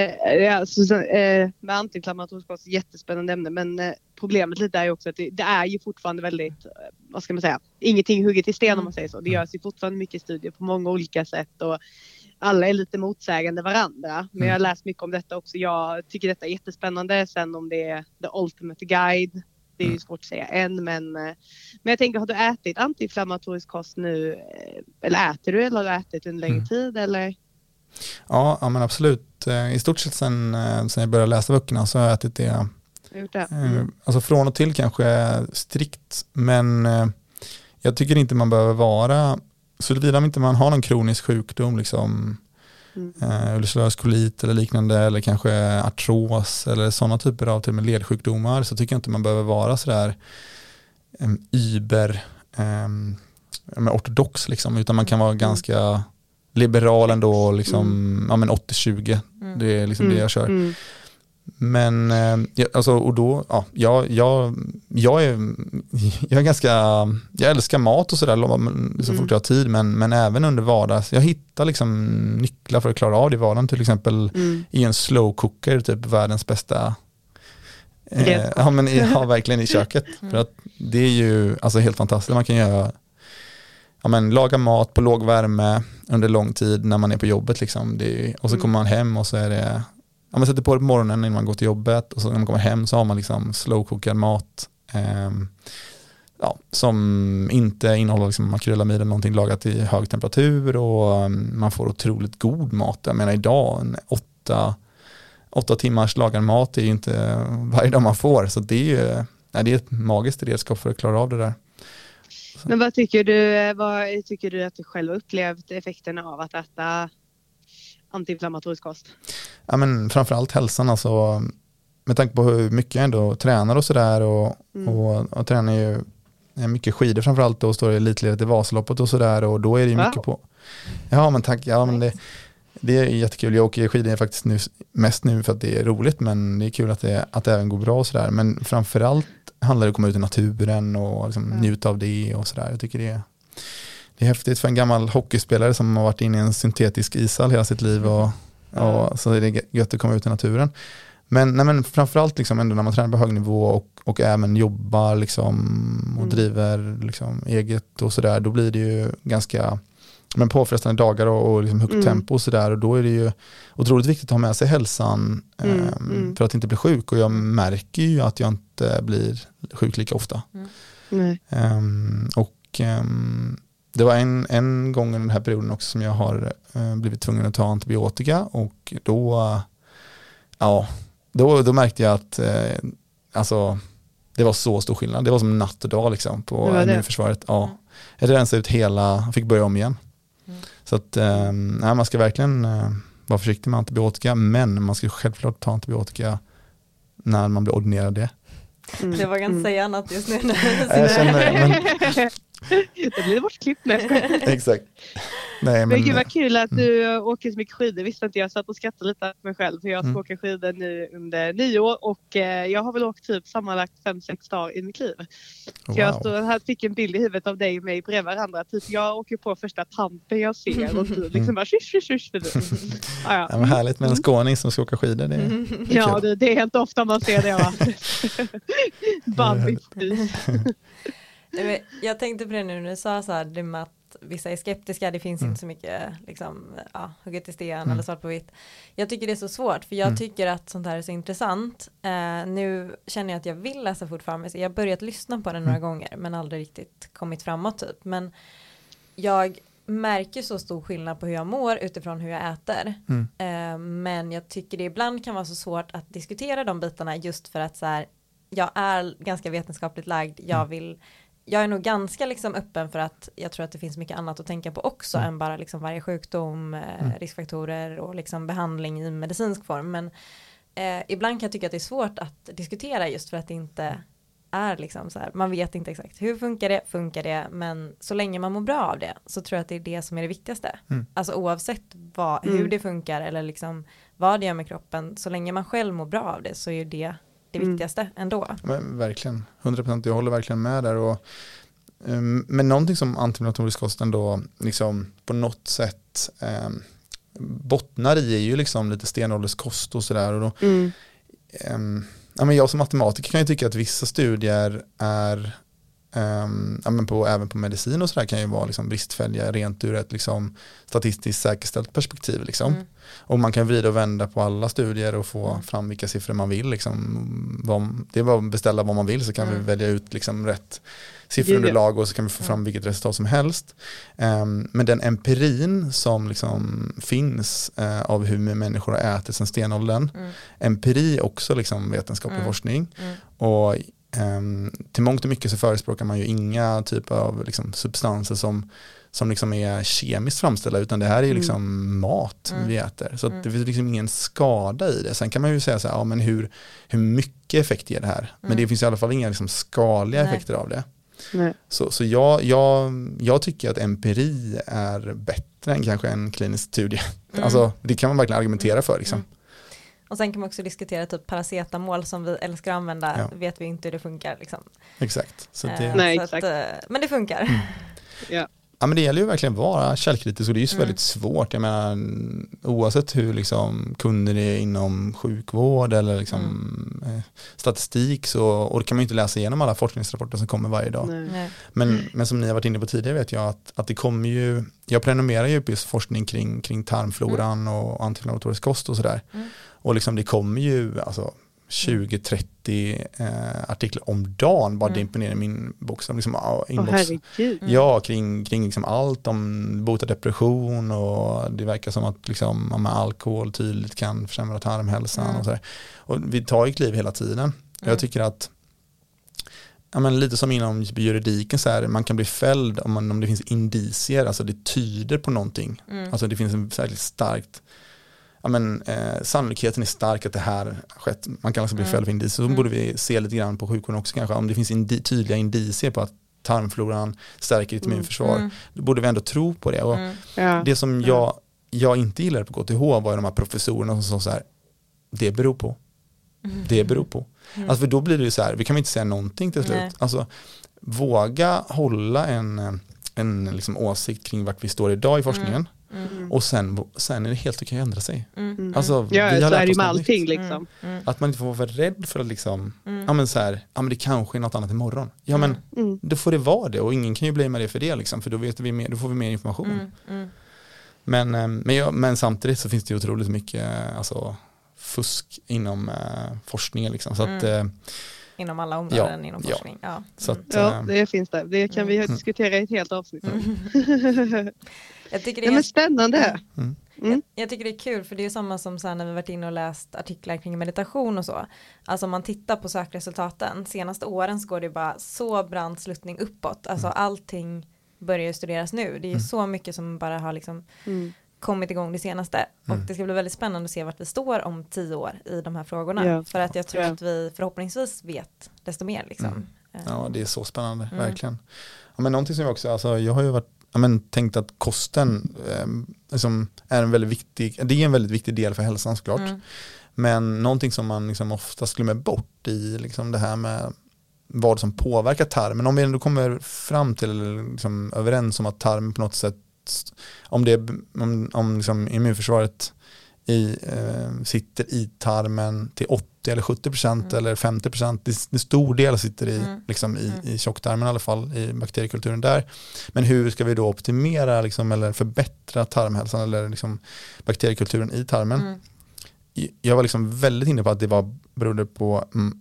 Speaker 8: Med antiinflammatorisk kost, jättespännande ämne, men problemet lite är ju också att det är ju fortfarande väldigt, vad ska man säga, ingenting hugget i sten om man säger så. Det görs ju fortfarande mycket studier på många olika sätt, och alla är lite motsägande varandra. Men jag har läst mycket om detta också. Jag tycker detta är jättespännande. Sen om det är the ultimate guide, det är ju svårt att säga än, men jag tänker, har du ätit antiinflammatorisk kost nu, eller äter du, eller har du ätit en längre tid, eller?
Speaker 7: Ja, men absolut. I stort sett sen jag började läsa böckerna så har jag ätit det. Alltså från och till kanske strikt, men jag tycker inte man behöver vara, såvida inte man har någon kronisk sjukdom, liksom ulcerös kolit eller liknande, eller kanske artros eller sådana typer av till med ledsjukdomar, så tycker jag inte man behöver vara sådär ortodox liksom, utan man kan vara ganska liberal ändå, liksom, 80-20, det är liksom det jag kör. Men alltså, och då, jag är ganska, jag älskar mat och sådär så fort jag har tid, men även under vardags, jag hittar liksom nycklar för att klara av det i vardagen, till exempel i en slow cooker, typ världens bästa verkligen i köket, för att det är ju alltså helt fantastiskt. Man kan göra laga mat på låg värme under lång tid när man är på jobbet liksom. Och så kommer man hem och så är det, man sätter på det på morgonen när man går till jobbet, och så när man kommer hem så har man liksom slowcookad mat som inte innehåller liksom makrylamid eller någonting lagat i hög temperatur, och man får otroligt god mat. Jag menar idag, 8 timmars lagad mat är ju inte varje dag man får, så det är ju ett magiskt redskap för att klara av det där.
Speaker 8: Men vad tycker du att du själv upplevt effekterna av att äta antiinflammatorisk kost?
Speaker 7: Ja, men framförallt hälsan, alltså, med tanke på hur mycket jag ändå tränar och sådär, och tränar ju mycket skidor framförallt, och står i elitledet i Vasaloppet och sådär, och då är det ju mycket på. Ja, men tack. Ja, men det är jättekul. Jag åker skidor faktiskt mest nu för att det är roligt, men det är kul att det även går bra och sådär. Men framförallt handlar det om att komma ut i naturen och liksom njuta av det och sådär. Jag tycker det är häftigt för en gammal hockeyspelare som har varit inne i en syntetisk ishall hela sitt liv, och så är det gött att komma ut i naturen. Men framförallt liksom ändå när man tränar på hög nivå och även jobbar liksom och driver liksom eget och sådär, då blir det ju ganska påfrestande dagar och liksom högt tempo och sådär, och då är det ju otroligt viktigt att ha med sig hälsan för att inte bli sjuk, och jag märker ju att jag inte blir sjuk lika ofta. Det var en gång i den här perioden också som jag har blivit tvungen att ta antibiotika, och då märkte jag att alltså, det var så stor skillnad. Det var som natt och dag liksom, på immunförsvaret. Ja. Jag rensade ut hela, fick börja om igen. Så att man ska verkligen vara försiktig med antibiotika, men man ska självklart ta antibiotika när man blir ordinerad det.
Speaker 6: Det var ganska säga annat just nu.
Speaker 7: Jag känner,
Speaker 8: det blir bortklippt nu.
Speaker 7: Exakt. Nej,
Speaker 8: men gud vad kul att du åker så mycket skidor. Visste inte jag, satt och skrattade lite på mig själv, för jag ska åka skidor nu under 9 år, och jag har väl åkt typ sammanlagt 5-6 dagar i mitt liv. Så jag fick en bild i huvudet av dig och mig bredvid varandra. Typ jag åker på första tampen jag ser, och du liksom bara shush.
Speaker 7: Ja, men härligt med en skåning som ska åka skidor.
Speaker 8: Det är helt ofta man ser det.
Speaker 6: Jag tänkte på det nu när du sa så här, det med att vissa är skeptiska, det finns inte så mycket liksom, hugget i sten eller svart på vitt. Jag tycker det är så svårt, för jag tycker att sånt här är så intressant. Nu känner jag att jag vill läsa fortfarande, så jag har börjat lyssna på det några gånger, men aldrig riktigt kommit framåt typ. Men jag märker så stor skillnad på hur jag mår utifrån hur jag äter. Men jag tycker det ibland kan vara så svårt att diskutera de bitarna, just för att så här, jag är ganska vetenskapligt lagd. Jag är nog ganska liksom öppen för att jag tror att det finns mycket annat att tänka på också än bara liksom varje sjukdom, riskfaktorer och liksom behandling i medicinsk form. Men ibland kan jag tycka att det är svårt att diskutera, just för att det inte är liksom så här, man vet inte exakt hur funkar det, men så länge man mår bra av det, så tror jag att det är det som är det viktigaste. Alltså oavsett hur det funkar eller liksom vad det gör med kroppen, så länge man själv mår bra av det, så är det viktigaste ändå. Men
Speaker 7: verkligen, 100%, jag håller verkligen med där. Och, men någonting som antiinflammatorisk kost ändå liksom på något sätt bottnar i är ju liksom lite stenålderskost och sådär. Och då, men jag som matematiker kan ju tycka att vissa studier är även på medicin och sådär kan ju vara liksom bristfälliga rent ur ett liksom statistiskt säkerställt perspektiv liksom. Och man kan vrida och vända på alla studier och få fram vilka siffror man vill liksom. Det är bara att beställa vad man vill, så kan vi välja ut liksom rätt sifferunderlag och så kan vi få fram vilket resultat som helst. Men den empirin som liksom finns av hur människor har ätit sedan stenåldern, empiri också liksom vetenskaplig forskning, och till mångt och mycket så förespråkar man ju inga typer av liksom substanser som liksom är kemiskt framställda, utan det här är ju liksom mat vi äter. Så att det finns liksom ingen skada i det. Sen kan man ju säga så här, men hur mycket effekt ger det här? Men det finns i alla fall inga liksom skadliga effekter av det. Så jag tycker att empiri är bättre än kanske en klinisk studie. Alltså, det kan man verkligen argumentera för liksom.
Speaker 6: Och sen kan man också diskutera typ paracetamol som vi älskar att använda. Vet vi inte hur det funkar liksom.
Speaker 7: Exakt. Så det...
Speaker 8: Nej,
Speaker 6: så
Speaker 8: exakt.
Speaker 6: Men det funkar.
Speaker 8: Ja.
Speaker 7: Ja, men det gäller ju verkligen att vara källkritisk och det är ju väldigt svårt. Jag menar, oavsett hur liksom kunder är inom sjukvård eller liksom statistik och kan man ju inte läsa igenom alla forskningsrapporter som kommer varje dag.
Speaker 6: Nej.
Speaker 7: Men som ni har varit inne på tidigare vet jag att det kommer ju, jag prenumererar ju på just forskning kring tarmfloran och antiinflammatorisk kost och sådär. Och liksom det kommer ju alltså 20-30 artiklar om dagen bara dimper ner i min box. Liksom, inbox. Ja, kring liksom allt om bota depression och det verkar som att liksom, alkohol tydligt kan försämra tarmhälsan och sådär. Och vi tar ju kliv hela tiden. Jag tycker att lite som inom juridiken så här, man kan bli fälld om det finns indicier, alltså det tyder på någonting. Alltså det finns en särskilt starkt sannolikheten är stark att det här skett. Man kan alltså bli fälld för indicier. Så borde vi se lite grann på sjukvården också kanske. Om det finns tydliga indicier på att tarmfloran stärker ditt immunförsvar. Då borde vi ändå tro på det. Och det som jag inte gillade på KTH var de här professorerna som sa så här, det beror på. Det beror på. Alltså för då blir det ju så här, vi kan inte säga någonting till slut. Alltså våga hålla en liksom åsikt kring vart vi står idag i forskningen. Och sen är det helt okej att ändra sig. Alltså, vi har
Speaker 8: så
Speaker 7: lärt
Speaker 8: är det
Speaker 7: oss
Speaker 8: med
Speaker 7: något
Speaker 8: allting
Speaker 7: nytt.
Speaker 8: liksom.
Speaker 7: Att man inte får vara rädd för att liksom, det kanske är något annat imorgon. Då får det vara det och ingen kan ju bli med det för det liksom, för då vet vi mer, då får vi mer information. Men samtidigt så finns det ju otroligt mycket fusk inom forskningen liksom, så att
Speaker 6: inom alla områden inom forskning. Ja.
Speaker 7: Så att,
Speaker 8: det finns det. Det kan vi diskutera i ett helt avsnitt.
Speaker 6: Jag tycker det är
Speaker 8: men spännande.
Speaker 6: Jag tycker det är kul för det är samma som så här när vi varit inne och läst artiklar kring meditation och så. Alltså om man tittar på sökresultaten senaste åren så går det bara så brant sluttning uppåt. Alltså allting börjar ju studeras nu. Det är ju så mycket som bara har liksom kommit igång det senaste. Och det ska bli väldigt spännande att se vart vi står om 10 år i de här frågorna. För att jag tror att vi förhoppningsvis vet desto mer liksom.
Speaker 7: Ja, det är så spännande, verkligen. Ja, men någonting som jag också, alltså jag har ju tänkt att kosten liksom är en väldigt viktig del för hälsan såklart. Men någonting som man liksom oftast glömmer bort i liksom det här med vad som påverkar tarmen. Om vi ändå kommer fram till liksom överens om att tarmen på något sätt, om liksom immunförsvaret sitter i tarmen till 80 eller 70% eller 50%, det stor del sitter i tjocktarmen i alla fall, i bakteriekulturen där. Men hur ska vi då optimera liksom, eller förbättra tarmhälsan eller liksom, bakteriekulturen i tarmen? Jag var liksom väldigt inne på att det berodde på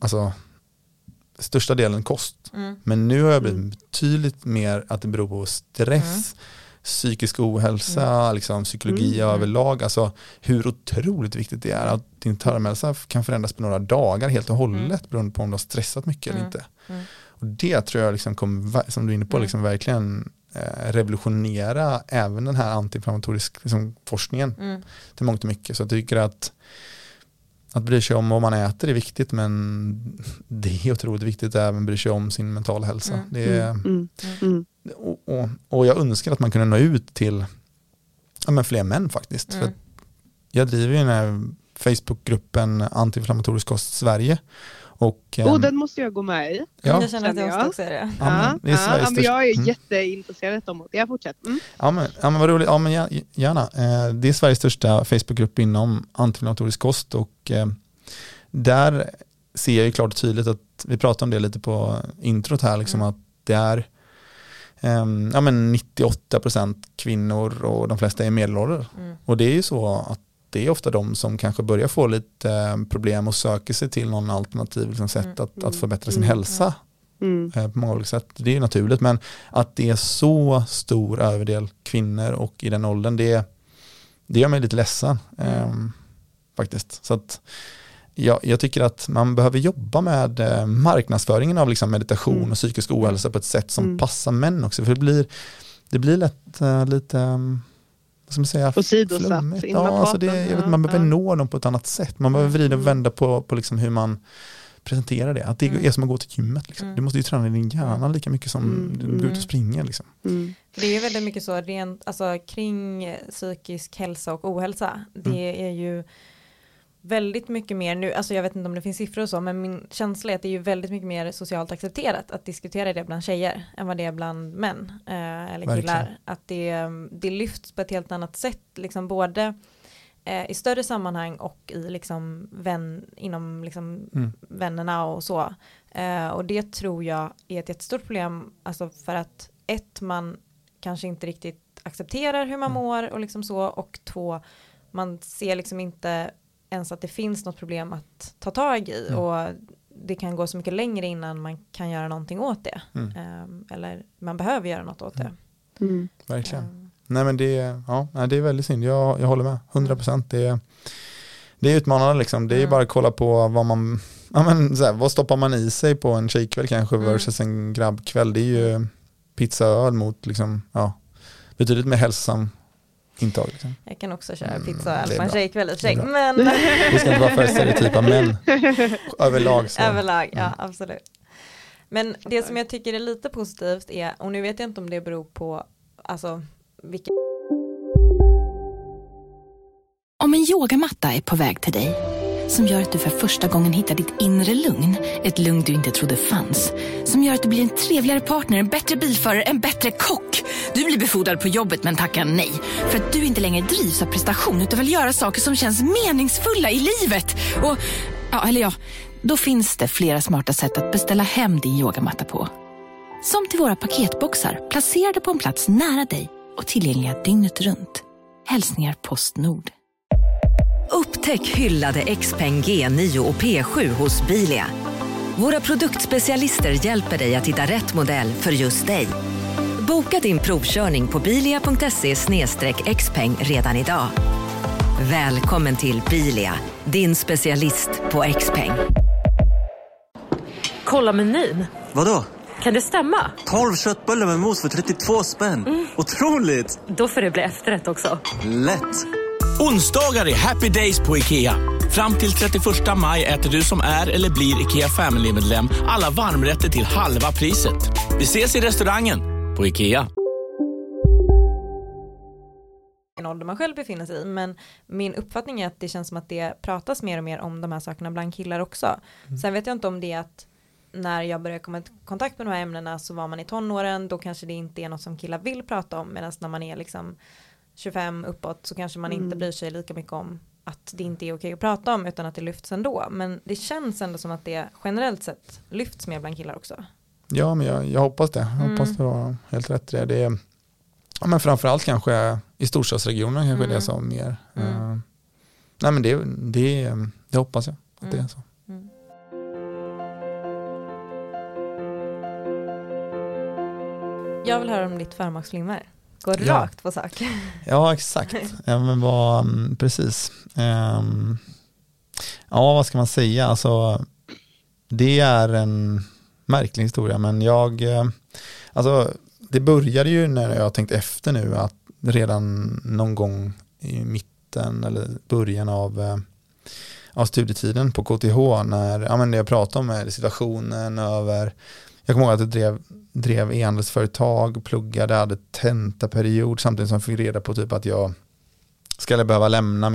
Speaker 7: största delen kost. Men nu har jag blivit betydligt mer att det beror på stress, psykisk ohälsa, liksom psykologi överlag. Alltså hur otroligt viktigt det är att din tarmhälsa kan förändras på några dagar helt och hållet beroende på om du har stressat mycket eller inte. Och det tror jag liksom kommer, som du är inne på, liksom verkligen revolutionera även den här antiinflammatoriska liksom, forskningen till mångt och mycket. Så jag tycker att bry sig om vad man äter är viktigt, men det är otroligt viktigt att även bry sig om sin mentala hälsa. Det är, och jag önskar att man kunde nå ut till fler män faktiskt. För jag driver ju den här Facebookgruppen Antiinflammatorisk kost Sverige. Och,
Speaker 8: den måste jag gå med i.
Speaker 6: Jag känner att jag också är det.
Speaker 8: Men jag är jätteintresserad av det. Jag fortsätter.
Speaker 7: Ja, men vad roligt. Ja, men gärna. Det är Sveriges största Facebookgrupp inom antiinflammatorisk kost och där ser jag ju klart och tydligt att vi pratar om det lite på introt här liksom, att det är 98% kvinnor och de flesta är medelålders. Och det är ju så att det är ofta de som kanske börjar få lite problem och söker sig till någon alternativ liksom, sätt att förbättra sin hälsa på många olika sätt. Det är ju naturligt, men att det är så stor överdel kvinnor och i den åldern, det gör mig lite ledsen faktiskt. Så att jag tycker att man behöver jobba med marknadsföringen av liksom meditation och psykisk ohälsa på ett sätt som passar män också. För det blir lätt lite, vad ska man säga,
Speaker 8: åsidosatt.
Speaker 7: Man behöver nå dem på ett annat sätt. Man behöver vrida och vända på liksom hur man presenterar det. Att det är som att gå till gymmet. Liksom. Du måste ju träna din hjärna lika mycket som du går ut och springer. Liksom.
Speaker 6: Det är ju väldigt mycket så rent, alltså, kring psykisk hälsa och ohälsa. Det är ju väldigt mycket mer nu, alltså jag vet inte om det finns siffror och så, men min känsla är att det är ju väldigt mycket mer socialt accepterat att diskutera det bland tjejer än vad det är bland män eller killar.
Speaker 7: Verkligen.
Speaker 6: Att det lyfts på ett helt annat sätt, liksom både i större sammanhang och i liksom inom liksom vännerna och så. Och det tror jag är ett jättestort problem, alltså för att man kanske inte riktigt accepterar hur man mår och liksom så, och 2, man ser liksom inte ens att det finns något problem att ta tag i och det kan gå så mycket längre innan man kan göra någonting åt det. Eller man behöver göra något åt det.
Speaker 7: Verkligen. Nej men det är väldigt synd. Jag håller med. 100%. Det är utmanande liksom. Det är bara att kolla på vad man vad stoppar man i sig på en tjejkväll kanske versus en grabbkväll. Det är ju pizza och öl mot liksom, betydligt mer hälsosam intag. Liksom.
Speaker 6: Jag kan också köra pizza och öl på en tjejkväll i och för sig. Men
Speaker 7: det ska inte vara för stereotypa, men överlag så.
Speaker 6: Överlag, ja absolut. Men det som jag tycker är lite positivt är, och nu vet jag inte om det beror på alltså vilka...
Speaker 9: Om en yogamatta är på väg till dig, som gör att du för första gången hittar ditt inre lugn, ett lugn du inte trodde fanns, som gör att du blir en trevligare partner, en bättre bilförare, en bättre kock. Du blir befordrad på jobbet men tackar nej, för att du inte längre drivs av prestation utan vill göra saker som känns meningsfulla i livet. Och, då finns det flera smarta sätt att beställa hem din yogamatta på. Som till våra paketboxar, placerade på en plats nära dig och tillgängliga dygnet runt. Hälsningar Postnord.
Speaker 10: Upptäck hyllade XPeng G9 och P7 hos Bilia. Våra produktspecialister hjälper dig att hitta rätt modell för just dig. Boka din provkörning på bilia.se/xpeng redan idag. Välkommen till Bilia, din specialist på XPeng.
Speaker 11: Kolla menyn.
Speaker 12: Vadå?
Speaker 11: Kan det stämma?
Speaker 12: 12 köttbullar med mos för 32 spänn. Otroligt!
Speaker 11: Då får det bli efterrätt också.
Speaker 12: Lätt!
Speaker 13: Onsdagar är happy days på IKEA. Fram till 31 maj äter du som är eller blir IKEA Family-medlem alla varmrätter till halva priset. Vi ses i restaurangen på IKEA.
Speaker 6: En ålder man själv befinner sig i, men min uppfattning är att det känns som att det pratas mer och mer om de här sakerna bland killar också. Sen vet jag inte om det är att när jag började komma i kontakt med de här ämnena så var man i tonåren, då kanske det inte är något som killar vill prata om, medan när man är liksom 25 uppåt så kanske man inte bryr sig lika mycket om att det inte är okej att prata om, utan att det lyfts ändå. Men det känns ändå som att det generellt sett lyfts mer bland killar också. Ja,
Speaker 7: men jag hoppas det. Jag hoppas det var helt rätt. Det är, men framförallt kanske i storstadsregionen kanske det är så mer. Nej men det hoppas jag att det är så.
Speaker 6: Jag vill höra om ditt förmaksflimmer. Gå rakt på sak.
Speaker 7: Ja, exakt. Men precis. Vad ska man säga? Alltså, det är en märklig historia, men det började ju när jag tänkt efter nu, att redan någon gång i mitten eller början av studietiden på KTH, när jag pratade om situationen över. Jag kommer ihåg att jag drev e-handelsföretag, pluggade, hade tentaperiod samtidigt som jag fick reda på typ att jag skulle behöva lämna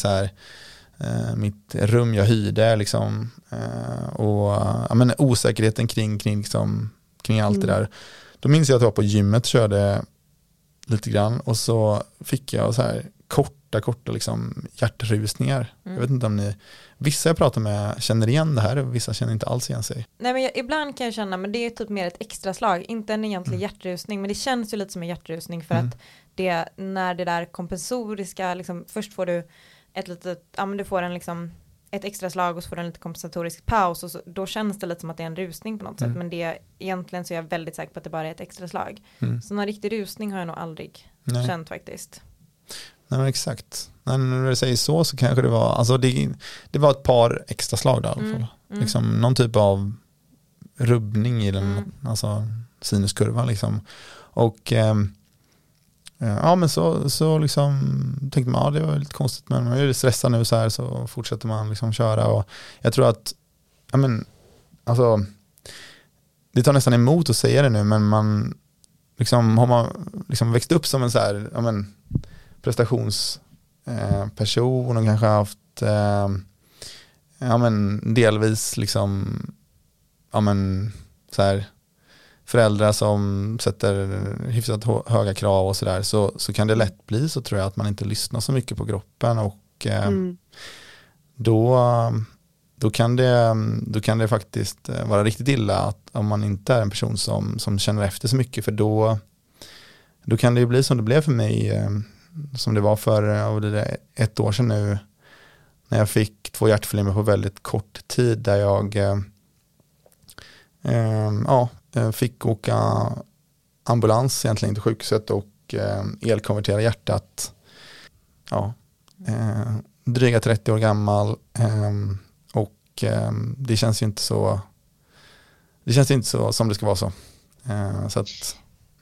Speaker 7: mitt rum jag hyrde liksom, och osäkerheten kring allt det där. Då minns jag att jag var på gymmet, körde lite grann och så fick jag så här korta liksom hjärtrusningar. Jag vet inte om vissa jag pratar med känner igen det här, och vissa känner inte alls igen sig.
Speaker 6: Nej, men ibland kan jag känna, men det är typ mer ett extra slag, inte en egentlig hjärtrusning, men det känns ju lite som en hjärtrusning för att när det där kompensoriska liksom, först får du ett litet, du får en liksom ett extra slag och så får du en lite kompensatorisk paus, och så, då känns det lite som att det är en rusning på något sätt, men egentligen så är jag väldigt säker på att det bara är ett extra slag. Så någon riktig rusning har jag nog aldrig känt faktiskt.
Speaker 7: Nej, men exakt. När du säger så kanske det var, alltså det var ett par extra slag där i alla fall. Liksom någon typ av rubbning i den, alltså sinuskurvan liksom. Och men så liksom tänkte man, det var lite konstigt, men man är stressad nu så här, så fortsätter man liksom köra, och jag tror att alltså det tar nästan emot att säga det nu, men man liksom har man liksom växt upp som en så här prestationsperson och kanske haft delvis liksom så här, föräldrar som sätter hyfsat höga krav och sådär, så kan det lätt bli så, tror jag, att man inte lyssnar så mycket på kroppen, och då kan det faktiskt vara riktigt illa att, om man inte är en person som känner efter så mycket, för då kan det ju bli som det blev för mig, som det var för 1 år sedan nu, när jag fick 2 hjärtflimmer på väldigt kort tid, där jag fick åka ambulans egentligen till sjukhuset och elkonvertera hjärtat. Dryga 30 år gammal, och det känns ju inte så, som det ska vara så. Så att,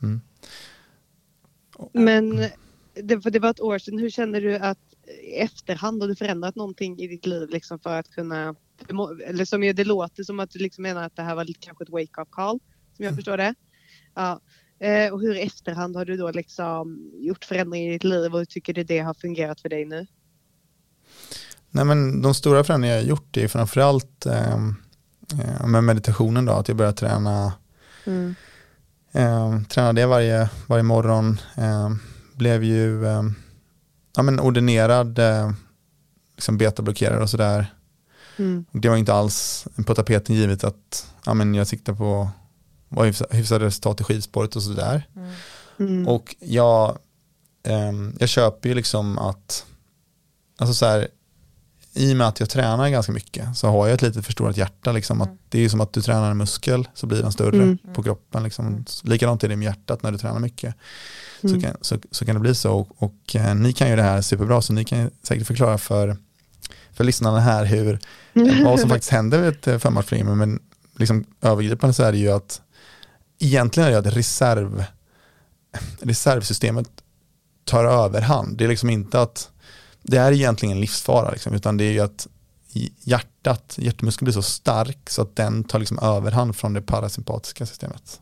Speaker 8: Men det var 1 år sedan. Hur känner du att i efterhand har du förändrat någonting i ditt liv liksom, för att kunna, eller som det låter som att du liksom menar att det här var kanske ett wake-up call, som jag förstår det. Ja. Och hur i efterhand har du då liksom gjort förändringar i ditt liv, och hur tycker du det har fungerat för dig nu?
Speaker 7: Nej, men de stora förändringar jag har gjort är framförallt med meditationen då, att jag börjar träna det varje morgon. Blev ju ordinerad liksom betablockerare och sådär. Och det var inte alls på tapeten, givet att jag siktar på hyfsade resultat i skidspåret och sådär. Och jag köper ju liksom att, alltså så här, i och med att jag tränar ganska mycket, så har jag ett lite förstorat hjärta liksom, att det är ju som att du tränar en muskel, så blir den större på kroppen liksom. Likadant är det med hjärtat när du tränar mycket. Så kan det bli så, och ni kan ju det här superbra, så ni kan säkert förklara för lyssnarna här vad som faktiskt händer vid ett femårsflimmer. Men liksom övergripande så är det ju att egentligen är det att reservsystemet tar överhand. Det är liksom inte att det är egentligen en livsfara liksom, utan det är ju att hjärtmuskeln blir så stark så att den tar liksom överhand från det parasympatiska systemet.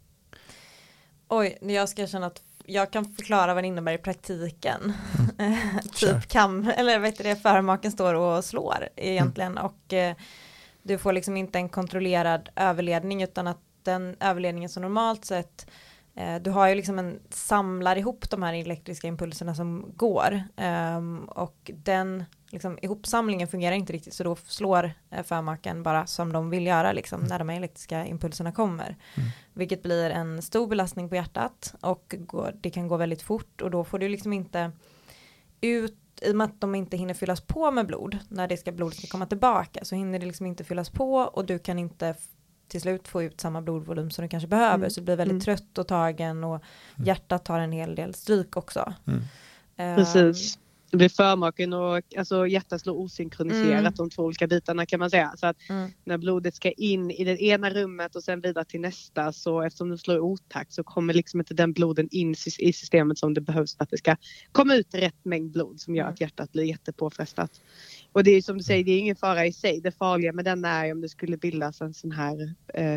Speaker 6: Oj, jag ska känna att jag kan förklara vad det innebär i praktiken. Typ förmaken står och slår egentligen, och du får liksom inte en kontrollerad överledning, utan att den överledningen som normalt sett, du har ju liksom samlar ihop de här elektriska impulserna som går, och den liksom, ihopsamlingen fungerar inte riktigt, så då slår förmaken bara som de vill göra liksom, när de här elektriska impulserna kommer, vilket blir en stor belastning på hjärtat, och det kan gå väldigt fort, och då får du liksom inte ut, i och med att de inte hinner fyllas på med blod, när blodet ska komma tillbaka, så hinner det liksom inte fyllas på, och du kan inte till slut få ut samma blodvolym som du kanske behöver, så du blir väldigt trött och tagen, och hjärtat tar en hel del stryk också.
Speaker 8: Precis. Det blir förmaken och alltså hjärtat slår osynkroniserat de 2 olika bitarna, kan man säga. Så att när blodet ska in i det ena rummet och sen vidare till nästa, så eftersom det slår i otakt, så kommer liksom inte den bloden in i systemet som det behövs för att det ska komma ut rätt mängd blod, som gör att hjärtat blir jättepåfrestat. Och det är som du säger, det är ingen fara i sig. Det farliga med den är om det skulle bildas en sån här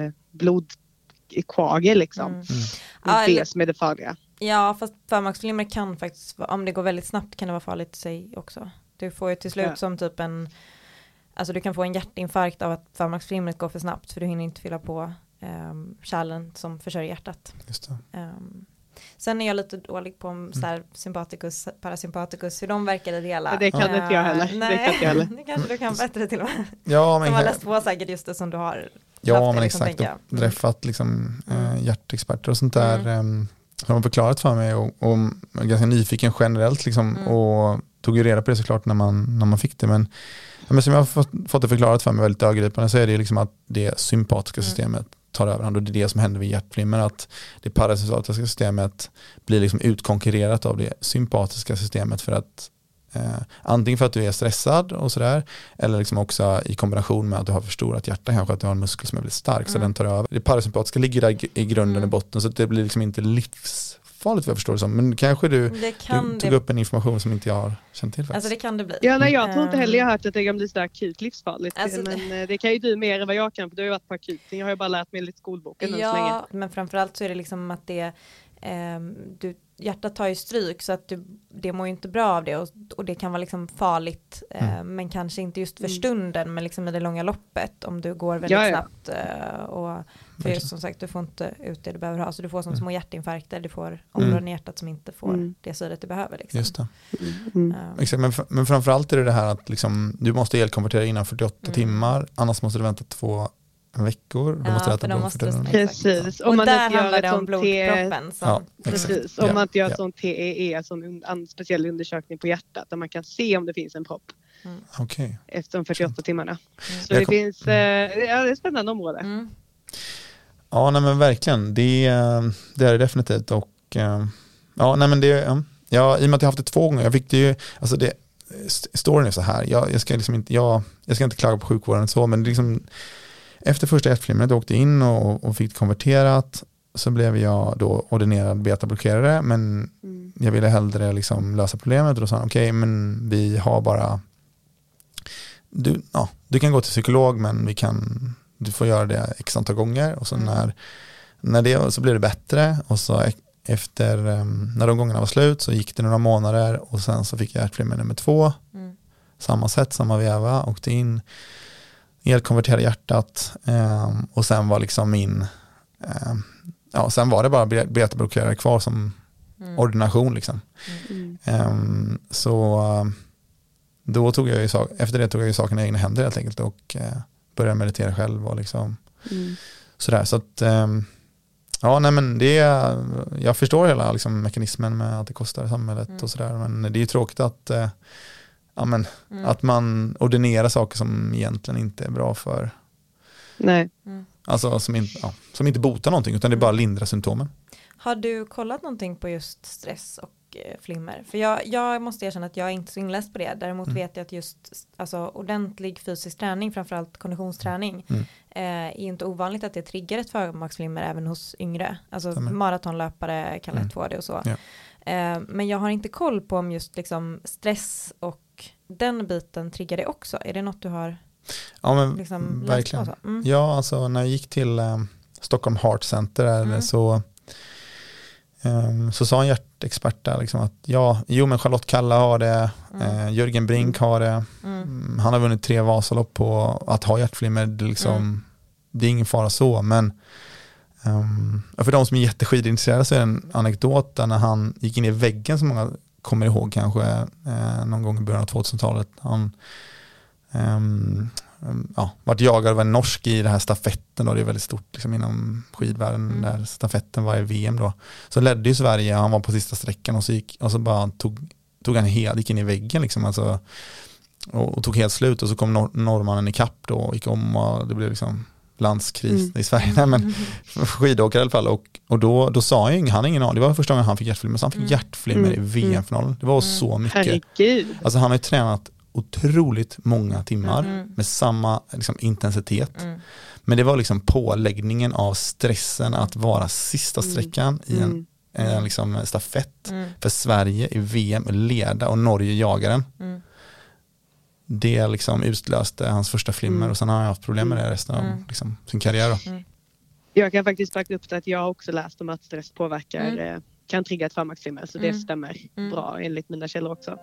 Speaker 8: blodkvage liksom. Det är det som är det farliga.
Speaker 6: Ja, fast förmaksflimmer kan faktiskt, om det går väldigt snabbt, kan det vara farligt i sig också. Du får ju till slut som typ du kan få en hjärtinfarkt av att förmaksflimret går för snabbt, för du hinner inte fylla på kärlen som försörjer hjärtat.
Speaker 7: Just det.
Speaker 6: Sen är jag lite dålig på så här, sympaticus, parasympaticus, hur de verkar i det hela.
Speaker 8: Det kan inte jag heller.
Speaker 6: Nej, det kanske du kan bättre till och med.
Speaker 7: Ja, men
Speaker 6: som har läst på säkert just det som du har.
Speaker 7: Ja, men exakt. Och träffat liksom, hjärtexperter och sånt där som har förklarat för mig, och är ganska nyfiken generellt liksom, och tog ju reda på det såklart när man fick det. Men som jag har fått det förklarat för mig väldigt övergripande, så är det liksom att det sympatiska systemet tar överhand, och det är det som händer vid hjärtflimmer, att det parasympatiska systemet blir liksom utkonkurrerat av det sympatiska systemet, för att antingen för att du är stressad och sådär, eller liksom också i kombination med att du har förstorat hjärta, kanske att du har en muskel som är väldigt stark, så den tar över. Det parasympatiska ligger där i grunden i botten, så det blir liksom inte livsfarligt, vad jag förstår det som. Men kanske du tog upp en information som inte jag har känt till faktiskt.
Speaker 6: Alltså det kan det bli.
Speaker 8: Ja, nej, jag tror inte heller jag har hört att det kan bli så akut livsfarligt. Alltså, men det kan ju du mer än vad jag kan, för du har ju varit på akuten. Jag har ju bara lärt mig lite skolboken än så länge.
Speaker 6: Men framförallt så är det liksom att det hjärtat tar ju stryk så att det mår ju inte bra av det och det kan vara liksom farligt men kanske inte just för stunden men liksom i det långa loppet om du går väldigt snabbt och för just som sagt du får inte ut det du behöver ha så du får som små hjärtinfarkter, du får områden i hjärtat som inte får det syret du behöver liksom.
Speaker 7: Just det. Exakt, men framförallt är det här att liksom, du måste elkonvertera innan 48 timmar annars måste du vänta 2 veckor. Du måste äta blodförtunnande.
Speaker 8: Precis.
Speaker 6: Och där handlar det om blodproppen.
Speaker 8: Precis. Om man inte gör sån TEE, en speciell undersökning på hjärtat där man kan se om det finns en propp. Efter de 48 timmarna. Så det finns, det är ett spännande område.
Speaker 7: Ja, nej men verkligen. Det är det definitivt. Och ja, nej men det, i och med att jag haft det 2 gånger, jag fick det ju, alltså det, storyn är så här, jag ska liksom inte, jag ska inte klaga på sjukvården så, men det liksom efter första hjärtflimret jag åkte in och fick konverterat så blev jag då ordinerad betablockerare men jag ville hellre liksom lösa problemet och då sa han okej, men vi har bara du kan gå till psykolog men du får göra det x antal gånger och så när det så blev det bättre och så efter när de gångerna var slut så gick det några månader och sen så fick jag hjärtflimmer nummer 2 samma sätt, samma veva, åkte in elkonvertera hjärtat och sen var liksom sen var det bara betablockerare kvar som ordination liksom. Så då tog jag ju efter det tog jag ju saken i egna händer helt enkelt och började meditera själv och liksom sådär så att nej men jag förstår hela liksom mekanismen med att det kostar samhället och sådär men det är ju tråkigt att att man ordinerar saker som egentligen inte är bra för alltså som inte botar någonting utan det bara lindrar symptomen.
Speaker 6: Har du kollat någonting på just stress och flimmer? För jag måste erkänna att jag är inte så inläst på det. Däremot vet jag att just alltså, ordentlig fysisk träning, framförallt konditionsträning är inte ovanligt att det triggar ett förmaksflimmer även hos yngre. Alltså maratonlöpare kan lätt få det och så. Ja. Men jag har inte koll på om just liksom stress och den biten triggar det också. Är det något du har liksom
Speaker 7: verkligen. Ja, alltså när jag gick till Stockholm Heart Center så sa en hjärtexpert där liksom att men Charlotte Kalla har det, Jörgen Brink har det, han har vunnit 3 Vasalopp på att ha hjärtflimmer, det är ingen fara så, men för de som är jätteskidintresserade så är det en anekdot där när han gick in i väggen som många kommer ihåg kanske någon gång i början av 2000-talet. Han vart jagad av en norsk i det här stafetten då, det är väldigt stort liksom, inom skidvärlden där stafetten var i VM då. Så ledde ju Sverige, han var på sista sträckan och så bara tog han gick in i väggen liksom, alltså, och tog helt slut och så kom norrmannen i kapp då och gick om och det blev liksom landskris i Sverige, men skidåkare i alla fall och då sa han ingen aning, det var första gången han fick hjärtflimmer, så han fick hjärtflimmer i VM-finalen, det var så mycket.
Speaker 8: Herregud.
Speaker 7: Alltså han har ju tränat otroligt många timmar med samma liksom, intensitet, men det var liksom påläggningen av stressen att vara sista sträckan i en liksom, stafett för Sverige i VM och leda och Norge jagaren. Det liksom utlöste hans första flimmer och sen har han haft problem med det resten av liksom, sin karriär.
Speaker 8: Jag kan faktiskt backa upp att jag har också läst om att stress påverkar kan trigga ett förmaksflimmer, så det stämmer bra enligt mina källor också.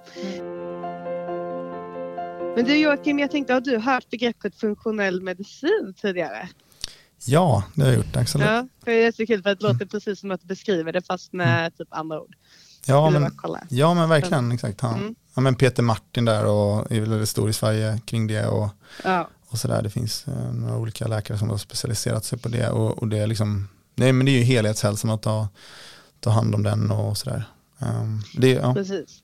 Speaker 8: Men du Joakim, jag tänkte, har du hört begreppet funktionell medicin tidigare?
Speaker 7: Ja, det har jag gjort, absolut.
Speaker 8: Ja, för det är så kul för att det låter precis som att du beskriver det fast med typ andra ord.
Speaker 7: Ja men verkligen, exakt. Men Peter Martin där och är väldigt stor i Sverige kring det och sådär. Det finns några olika läkare som har specialiserat sig på det och det är liksom, men det är ju helhetshälsan att ta hand om den och sådär.
Speaker 8: Precis.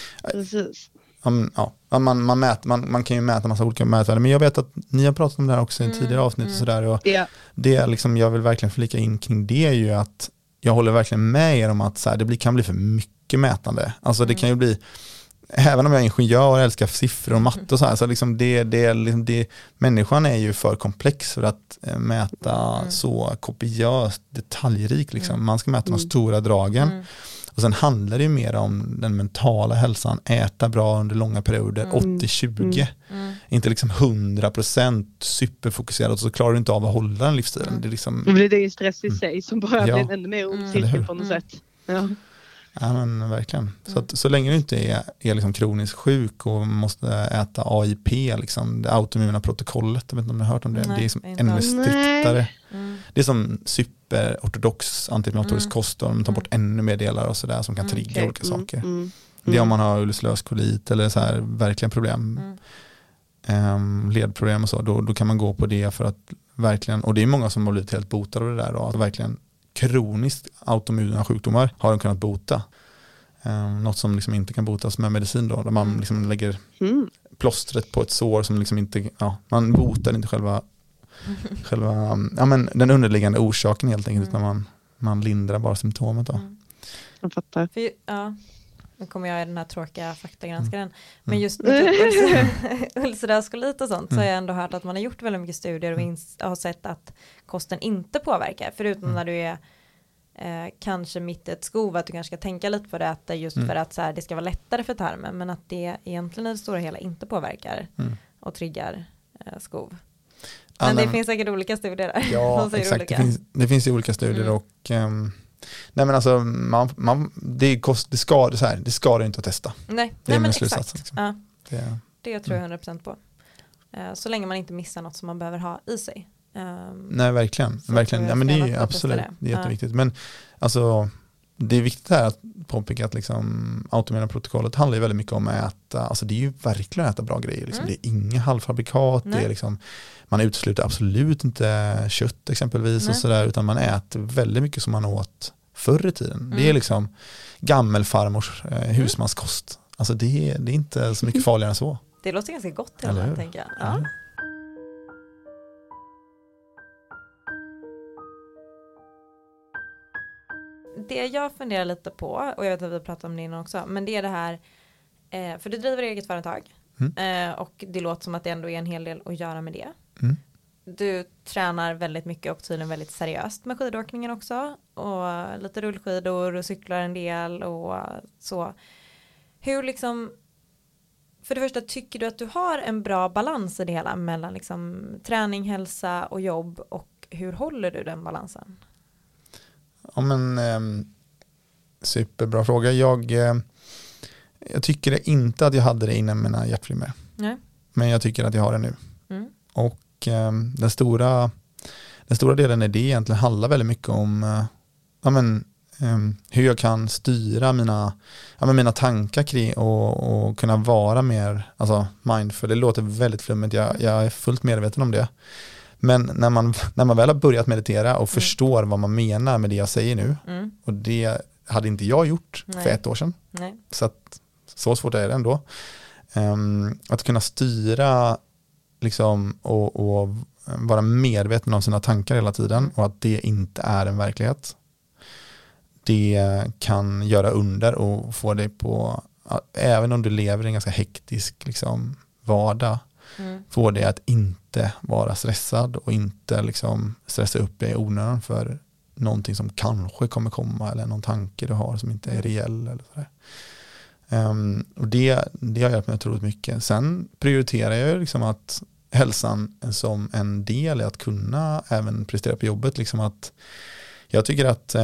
Speaker 7: Man kan ju mäta massa olika mätvärden, men jag vet att ni har pratat om det här också i en tidigare avsnitt och sådär, och det är liksom, jag vill verkligen flika in kring det är ju att jag håller verkligen med er om att så här, det kan bli för mycket mätande. Alltså det kan ju bli, även om jag är ingenjör och älskar siffror och matte och så här, så liksom människan är ju för komplex för att mäta så kopiöst detaljrik liksom. Man ska mäta de stora dragen. Och sen handlar det ju mer om den mentala hälsan, äta bra under långa perioder, 80-20. Inte liksom 100% superfokuserad och så klarar du inte av att hålla den livsstilen. Det är liksom,
Speaker 8: det är ju stress i sig som bara blir ännu mer osäker på något sätt. Ja.
Speaker 7: Ja, men verkligen. Så länge du inte är liksom kroniskt sjuk och måste äta AIP, liksom, det autoimmuna protokollet, jag vet inte om ni har hört om det.
Speaker 6: Nej,
Speaker 7: det är som ännu striktare. Det är som superortodox antiinflammatorisk kost och de tar bort ännu mer delar och sådär som kan trigga olika saker. Det är om man har ulcerös kolit eller så här verkligen problem. Ledproblem och så, då kan man gå på det för att verkligen, och det är många som har blivit helt botade av det där då, att verkligen kroniskt autoimmuna sjukdomar har de kunnat bota. Något som liksom inte kan botas med medicin då, där man liksom lägger plåstret på ett sår som liksom inte, man botar inte själva den underliggande orsaken helt enkelt, utan man lindrar bara symptomet då.
Speaker 8: Jag fattar.
Speaker 6: Nu kommer jag i den här tråkiga faktagranskaren. Men just med ulcerös kolit och sånt så har jag ändå hört att man har gjort väldigt mycket studier och har sett att kosten inte påverkar. Förutom när du är kanske mitt i ett skov, att du kanske ska tänka lite på det, äta just för att så här, det ska vara lättare för tarmen. Men att det egentligen i det stora hela inte påverkar och triggar skov. Men det finns säkert olika studier där.
Speaker 7: Ja, exakt. Det finns ju olika studier och nej, men alltså det skadar inte att testa.
Speaker 6: Nej,
Speaker 7: det är
Speaker 6: men
Speaker 7: slutsatsen.
Speaker 6: Liksom. Det tror jag 100% på. Så länge man inte missar något som man behöver ha i sig.
Speaker 7: Nej, verkligen. Ja, men det är absolut det är jätteviktigt. Men alltså, det är viktigt här att påpeka att liksom, autoimmuna protokollet handlar ju väldigt mycket om att äta. Alltså det är ju verkligen att äta bra grejer. Liksom. Det är inga halvfabrikat. Det är liksom, man utesluter absolut inte kött exempelvis och sådär, utan man äter väldigt mycket som man åt förr i tiden. Det är liksom gammelfarmors husmanskost. Alltså det är inte så mycket farligare än så.
Speaker 6: Det låter ganska gott till alla, tänker jag. Ja. Det jag funderar lite på, och jag vet att vi pratade om det innan också, men det är det här, för du driver eget företag och det låter som att det ändå är en hel del att göra med det. Du tränar väldigt mycket och tydligen väldigt seriöst med skidåkningen också, och lite rullskidor och cyklar en del och så. Hur liksom, för det första, tycker du att du har en bra balans i det hela mellan liksom träning, hälsa och jobb, och hur håller du den balansen?
Speaker 7: Ja, men superbra fråga. Jag tycker inte att jag hade det innan mina hjärtflimmer. Nej. Men jag tycker att jag har det nu. Och den stora delen i det egentligen handlar väldigt mycket om hur jag kan styra mina tankar kring och kunna vara mer mindful. Det låter väldigt flummigt. Jag är fullt medveten om det. Men när man väl har börjat meditera och förstår vad man menar med det jag säger nu, och det hade inte jag gjort för 1 år sedan. Nej. Så svårt är det ändå. Att kunna styra liksom, och vara medveten om sina tankar hela tiden, och att det inte är en verklighet. Det kan göra under och få dig på, även om du lever i en ganska hektisk liksom, vardag, få dig att inte vara stressad och inte liksom stressa upp dig i onödan för någonting som kanske kommer komma, eller någon tanke du har som inte är reell eller sådär. Och det har hjälpt mig otroligt mycket. Sen prioriterar jag liksom att hälsan som en del i att kunna även prestera på jobbet. Liksom att jag tycker att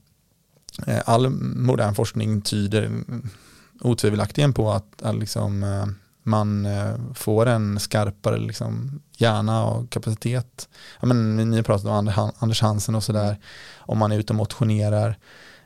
Speaker 7: all modern forskning tyder otvivelaktigt på att liksom, man får en skarpare liksom, hjärna och kapacitet. Ja, men, ni har pratat om Anders Hansen och sådär. Om man är ute och motionerar,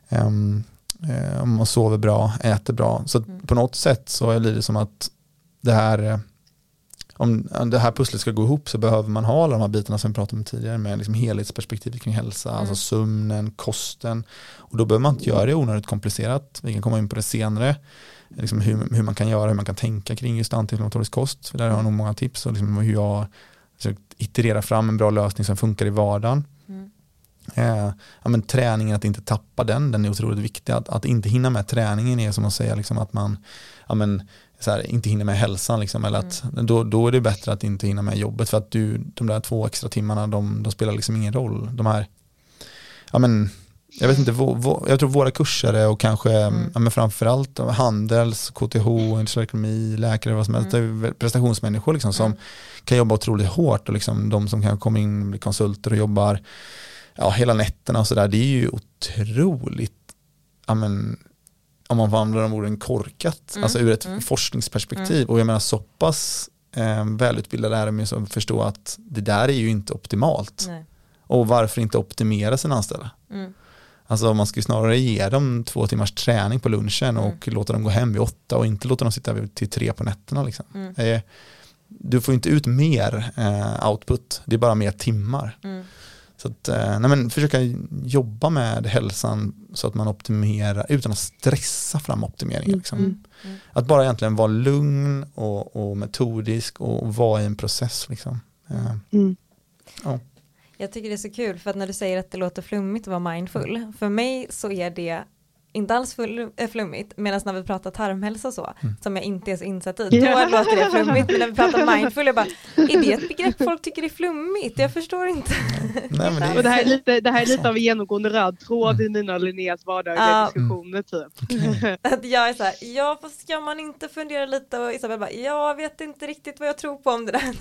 Speaker 7: om man sover bra, äter bra. Så på något sätt så blir det som att det här, om det här pusslet ska gå ihop, så behöver man ha alla de här bitarna som vi pratade om tidigare, med liksom helhetsperspektivet kring hälsa, alltså sömnen, kosten. Och då behöver man inte göra det onödigt komplicerat. Vi kan komma in på det senare. Liksom hur man kan göra, hur man kan tänka kring just antiinflammatorisk kost. För där har jag nog många tips, och liksom hur jag försökt iterera fram en bra lösning som funkar i vardagen. Men träningen, att inte tappa den är otroligt viktig. Att inte hinna med träningen är som att säga liksom att man inte hinner med hälsan liksom, eller att då är det bättre att inte hinna med jobbet, för att de där 2 extra timmarna de spelar liksom ingen roll. De här, jag vet inte, jag tror våra kursare och kanske framförallt Handels, KTH, industriell ekonomi, läkare, vad som helst, det är prestationsmänniskor liksom, som kan jobba otroligt hårt, och liksom de som kan komma in och bli konsulter och jobbar hela nätterna och sådär. Det är ju otroligt om man får använda de orden, korkat, alltså ur ett forskningsperspektiv. Och jag menar så pass välutbildade är de ju som förstår att det där är ju inte optimalt.
Speaker 6: Nej. Och
Speaker 7: varför inte optimera sina anställda? Alltså man ska ju snarare ge dem 2 timmars träning på lunchen och låta dem gå hem vid 8 och inte låta dem sitta till 3 på nätterna. Liksom. Du får inte ut mer output, det är bara mer timmar. Så att, försöka jobba med hälsan så att man optimerar utan att stressa fram optimeringen. Liksom. Att bara egentligen vara lugn och metodisk och vara i en process. Liksom. Ja.
Speaker 6: Jag tycker det är så kul för att när du säger att det låter flummigt att vara mindful, för mig så är det inte alls flummigt, medan när vi pratar tarmhälsa så, som jag inte är så insatt i, då låter det flummigt, men när vi pratar mindful, jag bara, är det ett begrepp folk tycker är flummigt? Jag förstår inte.
Speaker 8: Nej, men och det här är lite av en genomgående röd tråd i mina och Linneas vardagliga diskussioner typ.
Speaker 6: Att jag är så här, fast ska man inte fundera lite, och Isabel bara, jag vet inte riktigt vad jag tror på om det där.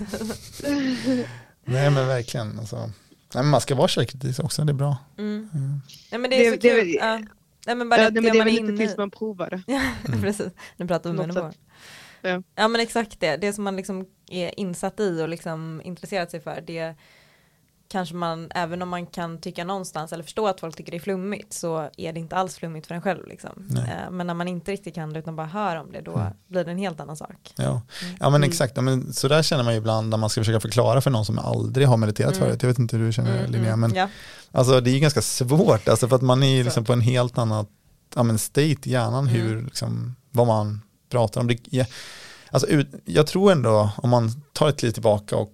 Speaker 7: Nej men verkligen, alltså. Nej, men man ska vara källkritisk också, det är bra.
Speaker 6: Nej, men det är så kul. Nej, men bara
Speaker 8: det är väl lite tills man provar det.
Speaker 6: Ja, precis. Nu pratar vi med nivå. Ja, men exakt det. Det som man liksom är insatt i och liksom intresserat sig för, det kanske man, även om man kan tycka någonstans eller förstå att folk tycker det är flummigt, så är det inte alls flummigt för en själv. Liksom. Men när man inte riktigt kan det utan bara hör om det, då blir det en helt annan sak.
Speaker 7: Ja men exakt. Men så där känner man ju ibland när man ska försöka förklara för någon som aldrig har mediterat förut. Jag vet inte hur du känner, Linnea, men alltså, det är ju ganska svårt, alltså, för att man är liksom på en helt annan state i hjärnan, hur, liksom, vad man pratar om. Alltså, jag tror ändå, om man tar ett kliv tillbaka och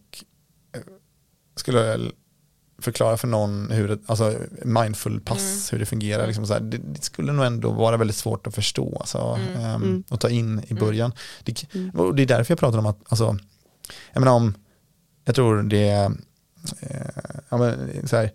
Speaker 7: skulle förklara för någon hur mindful pass, hur det fungerar. Liksom så här, det skulle nog ändå vara väldigt svårt att förstå och ta in i början. Och det är därför jag pratar om att, alltså, jag menar jag tror det är så här,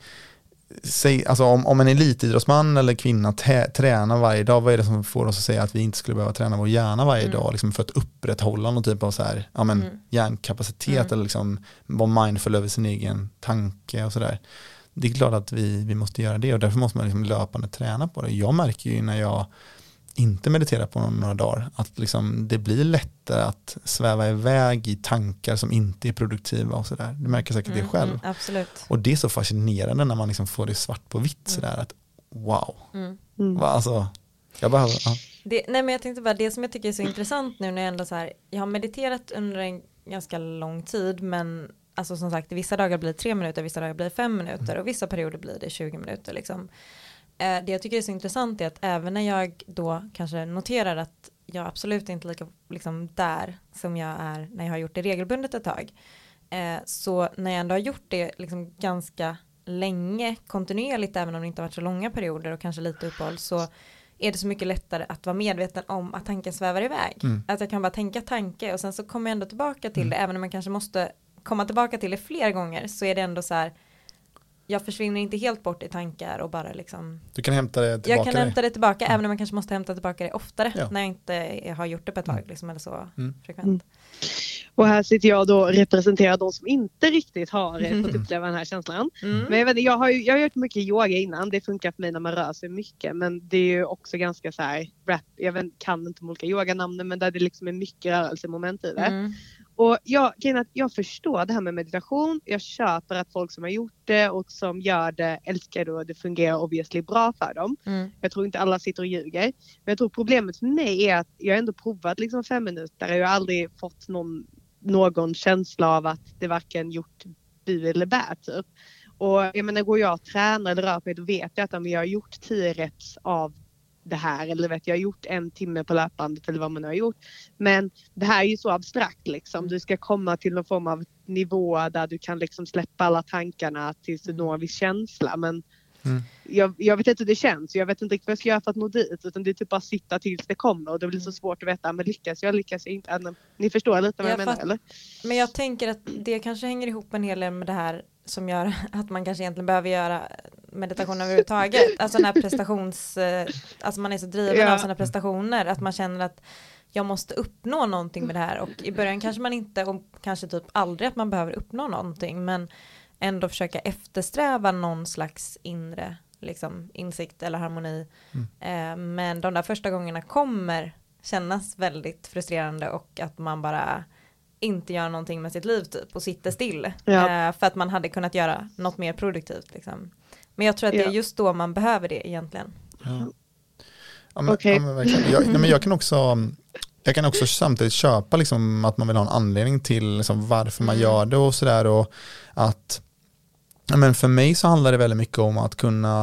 Speaker 7: alltså om en elitidrottsman eller kvinna tränar varje dag, vad är det som får oss att säga att vi inte skulle behöva träna vår hjärna varje dag liksom för att upprätthålla någon typ av så här, hjärnkapacitet eller liksom vara mindful över sin egen tanke och sådär. Det är klart att vi måste göra det, och därför måste man liksom löpande träna på det. Jag märker ju när jag inte mediterar på några dagar att liksom det blir lättare att sväva iväg i tankar som inte är produktiva och sådär. Du märker säkert det själv.
Speaker 6: Absolut.
Speaker 7: Och det är så fascinerande när man liksom får det svart på vitt sådär, att wow. Alltså, jag bara,
Speaker 6: nej, men jag tänkte bara, det som jag tycker är så intressant nu när jag ändå så här, jag har mediterat under en ganska lång tid, men alltså som sagt, vissa dagar blir det 3 minuter, vissa dagar blir det 5 minuter och vissa perioder blir det 20 minuter liksom. Det jag tycker är så intressant är att även när jag då kanske noterar att jag absolut inte är lika liksom där som jag är när jag har gjort det regelbundet ett tag, så när jag ändå har gjort det liksom ganska länge kontinuerligt, även om det inte har varit så långa perioder och kanske lite uppehåll, så är det så mycket lättare att vara medveten om att tanken svävar iväg. Att jag kan bara tänka tanke och sen så kommer jag ändå tillbaka till det, även om man kanske måste komma tillbaka till det fler gånger, så är det ändå så här, jag försvinner inte helt bort i tankar och bara liksom...
Speaker 7: Du kan hämta det tillbaka.
Speaker 6: Jag kan hämta det tillbaka, även om man kanske måste hämta tillbaka det oftare när jag inte har gjort det på ett tag liksom, eller så frekvent.
Speaker 8: Och här sitter jag då och representerar de som inte riktigt har fått uppleva den här känslan. Men jag vet, jag har gjort mycket yoga innan. Det funkar för mig när man rör sig mycket. Men det är ju också ganska så här jag kan inte de olika yoganamnen, men där det liksom är mycket rörelsemoment i det. Och jag förstår det här med meditation. Jag köper att folk som har gjort det och som gör det älskar det och det fungerar obviously bra för dem. Jag tror inte alla sitter och ljuger. Men jag tror problemet för mig är att jag ändå provat liksom 5 minuter. Jag har aldrig fått någon känsla av att det varken gjort bu eller bä typ. Och jag menar, går jag och tränar eller rör på mig, då vet jag att om jag har gjort 10 reps av det här, eller vet jag har gjort 1 timme på löpbandet eller vad man har gjort, men det här är ju så abstrakt liksom. Du ska komma till någon form av nivå där du kan liksom släppa alla tankarna tills du når en viss känsla, men jag vet inte hur det känns, jag vet inte riktigt vad jag ska göra för att nå dit, utan det är typ bara sitta tills det kommer, och det blir så svårt att veta, men lyckas jag inte. Ni förstår lite vad jag menar, eller? Men jag tänker att det kanske hänger ihop en hel del med det här som gör att man kanske egentligen behöver göra meditation överhuvudtaget. Alltså den här alltså man är så driven av sina prestationer, att man känner att jag måste uppnå någonting med det här, och i början kanske man inte, och kanske typ aldrig att man behöver uppnå någonting, men ändå försöka eftersträva någon slags inre
Speaker 6: liksom insikt eller harmoni. Men de där första gångerna kommer kännas väldigt frustrerande och att man bara inte gör någonting med sitt liv typ och sitter still. För att man hade kunnat göra något mer produktivt. Liksom. Men jag tror att det är just då man behöver det egentligen.
Speaker 7: Jag kan också samtidigt köpa liksom, att man vill ha en anledning till liksom, varför man gör det och sådär. Och att, men för mig så handlar det väldigt mycket om att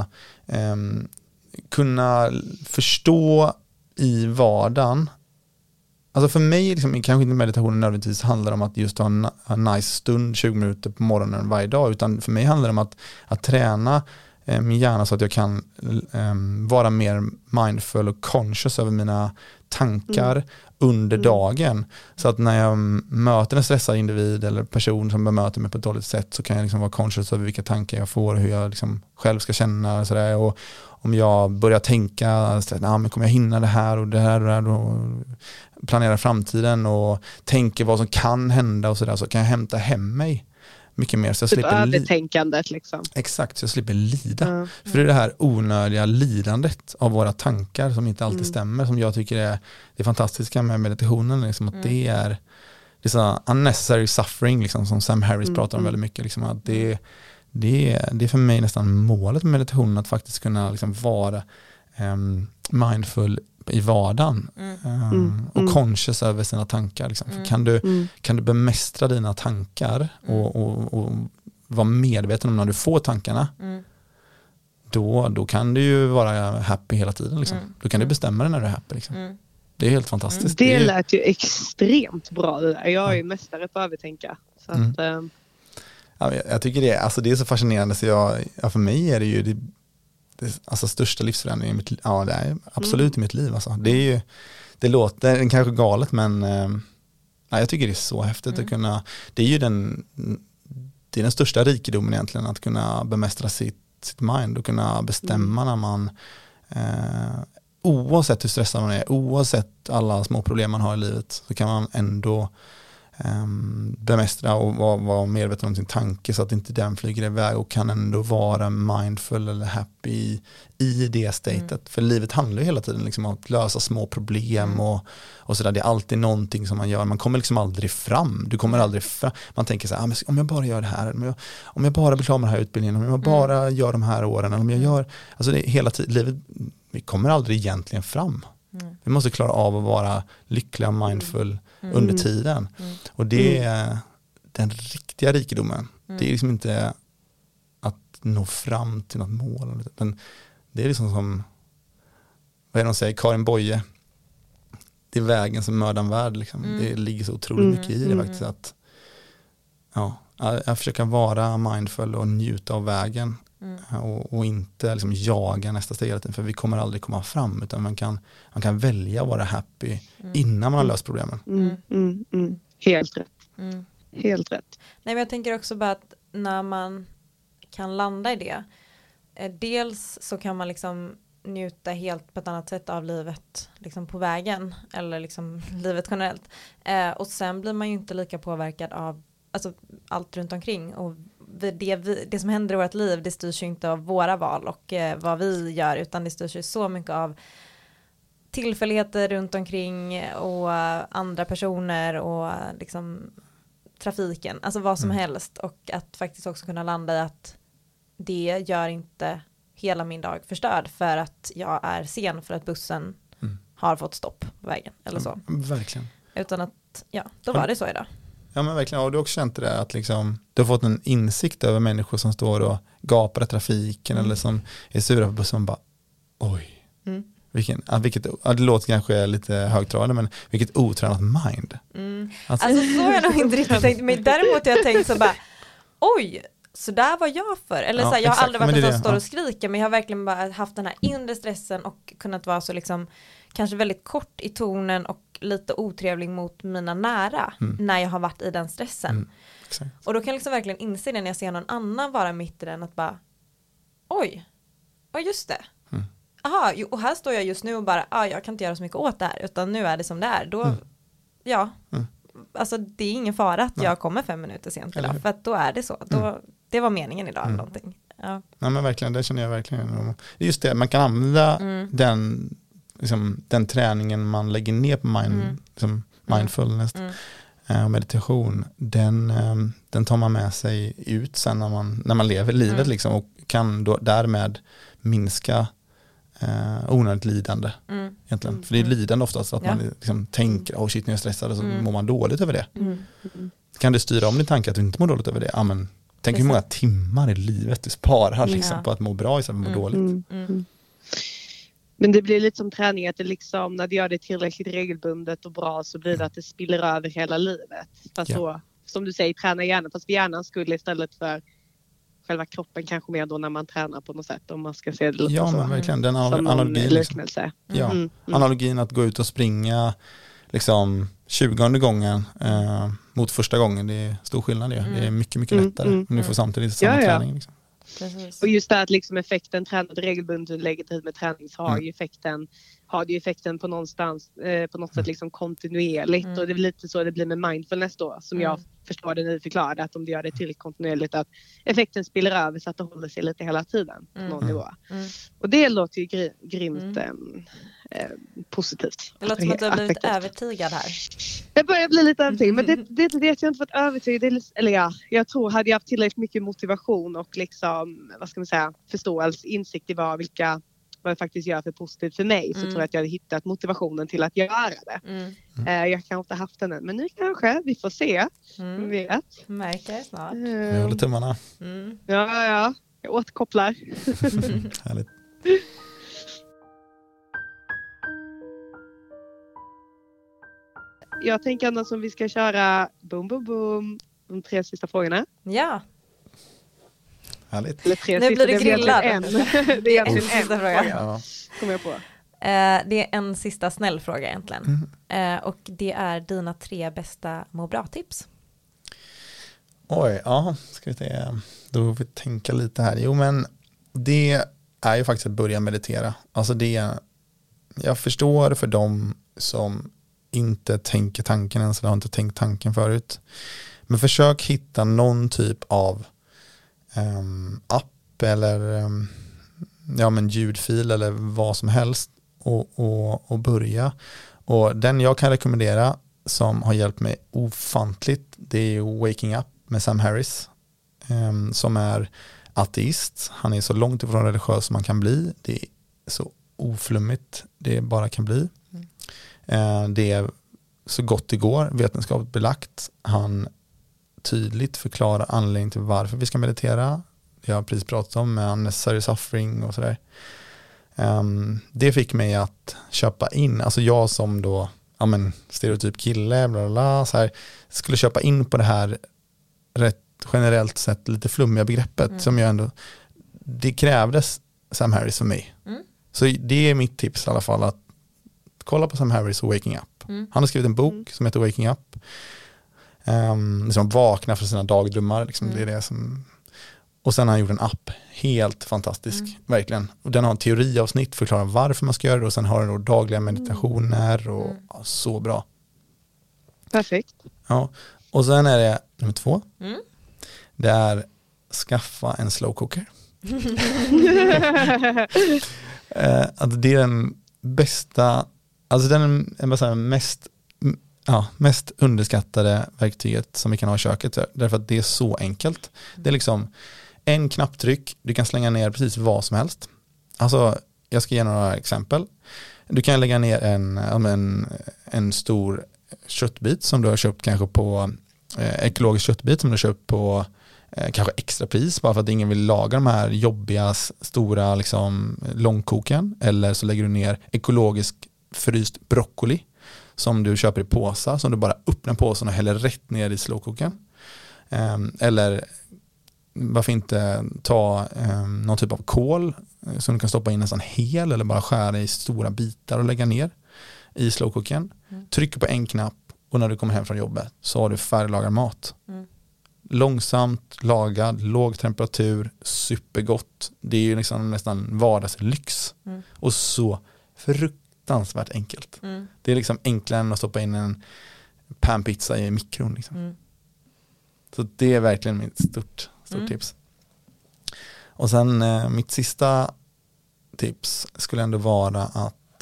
Speaker 7: kunna förstå i vardagen. Alltså för mig liksom, kanske inte meditationen nödvändigtvis handlar om att just ha en nice stund 20 minuter på morgonen varje dag, utan för mig handlar det om att träna min hjärna så att jag kan vara mer mindful och conscious över mina tankar under dagen. Så att när jag möter en stressad individ eller person som bemöter mig på ett dåligt sätt så kan jag liksom vara conscious över vilka tankar jag får och hur jag liksom själv ska känna och sådär. Och om jag börjar tänka men kommer jag hinna det här och det här och planera framtiden och tänka vad som kan hända och sådär, så kan jag hämta hem mig mycket mer så jag slipper
Speaker 8: övertänkandet liksom.
Speaker 7: Exakt, så jag slipper lida. För det är det här onödiga lidandet av våra tankar som inte alltid stämmer, som jag tycker är det fantastiska med meditationen liksom, att det är så unnecessary suffering liksom, som Sam Harris pratar om väldigt mycket liksom, att det är för mig nästan målet med meditationen, att faktiskt kunna liksom vara mindful i vardagen och conscious över sina tankar liksom. För kan du bemästra dina tankar och vara medveten om när du får tankarna, då kan du ju vara happy hela tiden liksom. Då kan du bestämma dig när du är happy liksom. Det är helt fantastiskt.
Speaker 8: Det lät ju extremt bra det där. Jag är ju mästare på att övertänka. Så att,
Speaker 7: jag tycker det är så fascinerande, så för mig är det ju det alltså största livsförändringen i mitt liv. Ja, det är absolut i mitt liv alltså. Det låter kanske galet, men jag tycker det är så häftigt att kunna, det är ju den största rikedomen egentligen, att kunna bemästra sitt mind och kunna bestämma när man oavsett hur stressad man är, oavsett alla små problem man har i livet, så kan man ändå bemästra och vara medveten om sin tanke så att inte den flyger iväg, och kan ändå vara mindful eller happy i det statet. För livet handlar ju hela tiden liksom om att lösa små problem och sådär. Det är alltid någonting som man gör. Man kommer liksom aldrig fram. Du kommer aldrig fram. Man tänker så här, om jag bara gör det här, om jag bara blir klar med den här utbildningen, om jag bara gör de här åren, eller om jag gör, alltså det är hela tiden, livet, vi kommer aldrig egentligen fram. Vi måste klara av att vara lyckliga och mindful under tiden. Och det är den riktiga rikedomen. Det är liksom inte att nå fram till något mål. Men det är liksom som, vad är det de säger, Karin Boye. Det är vägen som mördar en värld. Liksom. Det ligger så otroligt mycket i det faktiskt. Att, jag försöker vara mindful och njuta av vägen. Och inte liksom jaga nästa steg hela tiden, för vi kommer aldrig komma fram, utan man kan välja att vara happy innan man har löst problemen.
Speaker 8: Helt rätt. Helt rätt.
Speaker 6: Nej, men jag tänker också bara att när man kan landa i det, dels så kan man liksom njuta helt på ett annat sätt av livet liksom på vägen, eller liksom livet generellt, och sen blir man ju inte lika påverkad av alltså allt runt omkring, och det som händer i vårt liv, det styrs ju inte av våra val och vad vi gör, utan det styrs ju så mycket av tillfälligheter runt omkring och andra personer och liksom trafiken, alltså vad som helst, och att faktiskt också kunna landa i att det gör inte hela min dag förstörd för att jag är sen för att bussen har fått stopp på vägen eller så.
Speaker 7: Verkligen.
Speaker 6: Utan att, då var det så idag.
Speaker 7: Ja, men verkligen. Och du har också känt det där att liksom, du har fått en insikt över människor som står och gapar i trafiken eller som är sura på bussen och bara, oj. Det låter kanske lite högtravande, men vilket otränat mind.
Speaker 6: Alltså så har jag nog inte riktigt tänkt, men däremot har jag tänkt så bara, oj, så där var jag för. Eller så här, jag har aldrig varit en som står och skriker, men jag har verkligen bara haft den här inre stressen och kunnat vara så liksom, kanske väldigt kort i tonen och lite otrevlig mot mina nära när jag har varit i den stressen. Och då kan jag liksom verkligen inse det när jag ser någon annan vara mitt i den, att bara, oj, just det. Aha, och här står jag just nu och bara, jag kan inte göra så mycket åt det här, utan nu är det som det är. Då, alltså det är ingen fara att jag kommer 5 minuter sent idag, för att då är det så. Det var meningen idag eller någonting. Ja.
Speaker 7: Nej, men verkligen, det känner jag verkligen. Just det, man kan använda den träningen man lägger ner på mindfulness och meditation. Den tar man med sig ut sen när man lever livet liksom, och kan då därmed minska onödigt lidande egentligen. För det är lidande oftast att man liksom tänker, shit, nu är jag stressad, och så mår man dåligt över det. Kan du styra om din tanke att du inte mår dåligt över det? Ja, men tänk hur många timmar i livet du sparar liksom, på att må bra istället för att må dåligt.
Speaker 8: Men det blir lite som träning, att det liksom, när du gör det tillräckligt regelbundet och bra, så blir det att det spiller över hela livet. Fast så, som du säger, träna hjärnan, fast för hjärnan skulle istället för själva kroppen kanske mer då när man tränar på något sätt, om man ska se det lite så.
Speaker 7: Men verkligen, den analogin liksom. Analogin att gå ut och springa liksom 20:e gången mot första gången, det är stor skillnad. Det är mycket lättare. Men du får samtidigt samma träning liksom.
Speaker 8: Och just det att liksom effekten, tränat regelbundet, lägger tid med träning, så har ju effekten på någonstans på något sätt liksom kontinuerligt. Och det är lite så det blir med mindfulness då, som jag förstår det nu förklarade, att om du gör det tillräckligt kontinuerligt, att effekten spiller över så att det håller sig lite hela tiden på någon nivå. Och det låter ju grymt positivt.
Speaker 6: Det låter som att du har blivit övertygad här.
Speaker 8: Jag börjar bli lite övertygad, men det vet jag inte varit övertygad. Eller jag tror, hade jag haft tillräckligt mycket motivation och liksom, vad ska man säga, förståelse, insikt i vad jag faktiskt gör för positivt för mig, så tror jag att jag hade hittat motivationen till att göra det. Jag kan inte haft den än, men nu kanske, vi får se. Vet.
Speaker 6: Märker snart.
Speaker 7: Vi håller tummarna.
Speaker 8: Ja, jag återkopplar.
Speaker 7: Härligt.
Speaker 8: Jag tänker ändå som vi ska köra de 3 sista frågorna.
Speaker 6: Ja.
Speaker 7: Härligt.
Speaker 8: Eller 3
Speaker 6: nu blir du grillad.
Speaker 8: Det är en sista fråga.
Speaker 7: Ja.
Speaker 8: Kommer jag på.
Speaker 6: Det är en sista snäll fråga egentligen. Och det är dina 3 bästa må bra-tips.
Speaker 7: Oj, ska vi se. Då får vi tänka lite här. Jo, men det är ju faktiskt att börja meditera. Alltså jag förstår för dem som inte tänker tanken ens, eller har inte tänkt tanken förut. Men försök hitta någon typ av app eller ljudfil eller vad som helst och börja. Och den jag kan rekommendera som har hjälpt mig ofantligt, det är Waking Up med Sam Harris, som är ateist. Han är så långt ifrån religiös som man kan bli. Det är så oflummigt det bara kan bli. Det är så gott det går, vetenskapligt belagt. Han tydligt förklarar anledningen till varför vi ska meditera. Det jag har precis pratat om med unnecessary suffering och sådär. Det fick mig att köpa in, alltså jag som då stereotyp kille, bla bla bla, så här, skulle köpa in på det här rätt generellt sett lite flummiga begreppet som jag ändå, det krävdes Sam Harris för mig. Så det är mitt tips i alla fall, att kolla på Sam Harris och Waking Up. Han har skrivit en bok som heter Waking Up. Liksom vakna från sina dagdrömmar. Liksom, det är det som... Och sen har han gjort en app. Helt fantastisk. Verkligen. Och den har en teoriavsnitt, förklarar varför man ska göra det. Och sen har den då dagliga meditationer. Och så bra.
Speaker 8: Perfekt.
Speaker 7: Ja. Och sen är det nummer 2. Det är skaffa en slow cooker. Alltså det är den bästa, alltså den är mest underskattade verktyget som vi kan ha i köket, därför att det är så enkelt. Det är liksom en knapptryck, du kan slänga ner precis vad som helst. Alltså jag ska ge några exempel. Du kan lägga ner en stor köttbit som du har köpt kanske på ekologisk köttbit som du har köpt på kanske extra pris bara för att ingen vill laga de här jobbiga stora liksom långkoken, eller så lägger du ner ekologisk fryst broccoli som du köper i påsar som du bara öppnar påsen och häller rätt ner i slowkoken. Eller varför inte ta någon typ av kål som du kan stoppa in nästan hel eller bara skära i stora bitar och lägga ner i slowkoken. Trycker på en knapp och när du kommer hem från jobbet så har du färdiglagad mat. Långsamt lagad, låg temperatur, supergott. Det är ju liksom nästan vardagslyx. Och så fruktansvärt enkelt. Det är liksom enklare än att stoppa in en panpizza i mikron. Liksom. Så det är verkligen mitt stort tips. Och sen mitt sista tips skulle ändå vara att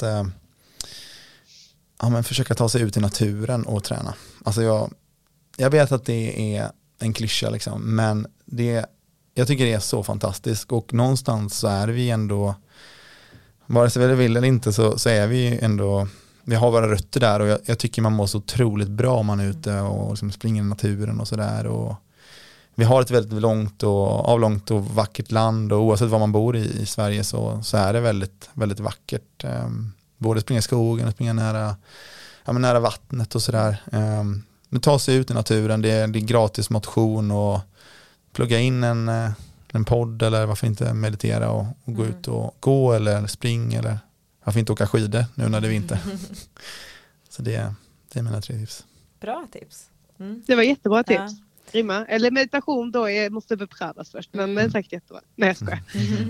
Speaker 7: försöka ta sig ut i naturen och träna. Alltså jag vet att det är en klyscha liksom, men jag tycker det är så fantastiskt, och någonstans så är vi ändå, vare sig vi vill eller inte, så är vi ändå, vi har våra rötter där, och jag tycker man mår så otroligt bra om man är ute och liksom springer i naturen och sådär. Och vi har ett väldigt avlångt och vackert land, och oavsett var man bor i Sverige så är det väldigt, väldigt vackert. Både springa i skogen och springa nära vattnet och sådär. Men ta sig ut i naturen, det är gratis motion, och plugga in en podd, eller varför inte meditera och gå ut och gå eller spring, eller varför inte åka skidor nu när det är vinter. Så det är mina 3 tips.
Speaker 6: Bra tips.
Speaker 8: Det var jättebra tips. Grymma. Eller meditation då måste beprövas först. Men sagt jättebra. Nej, jag skojar.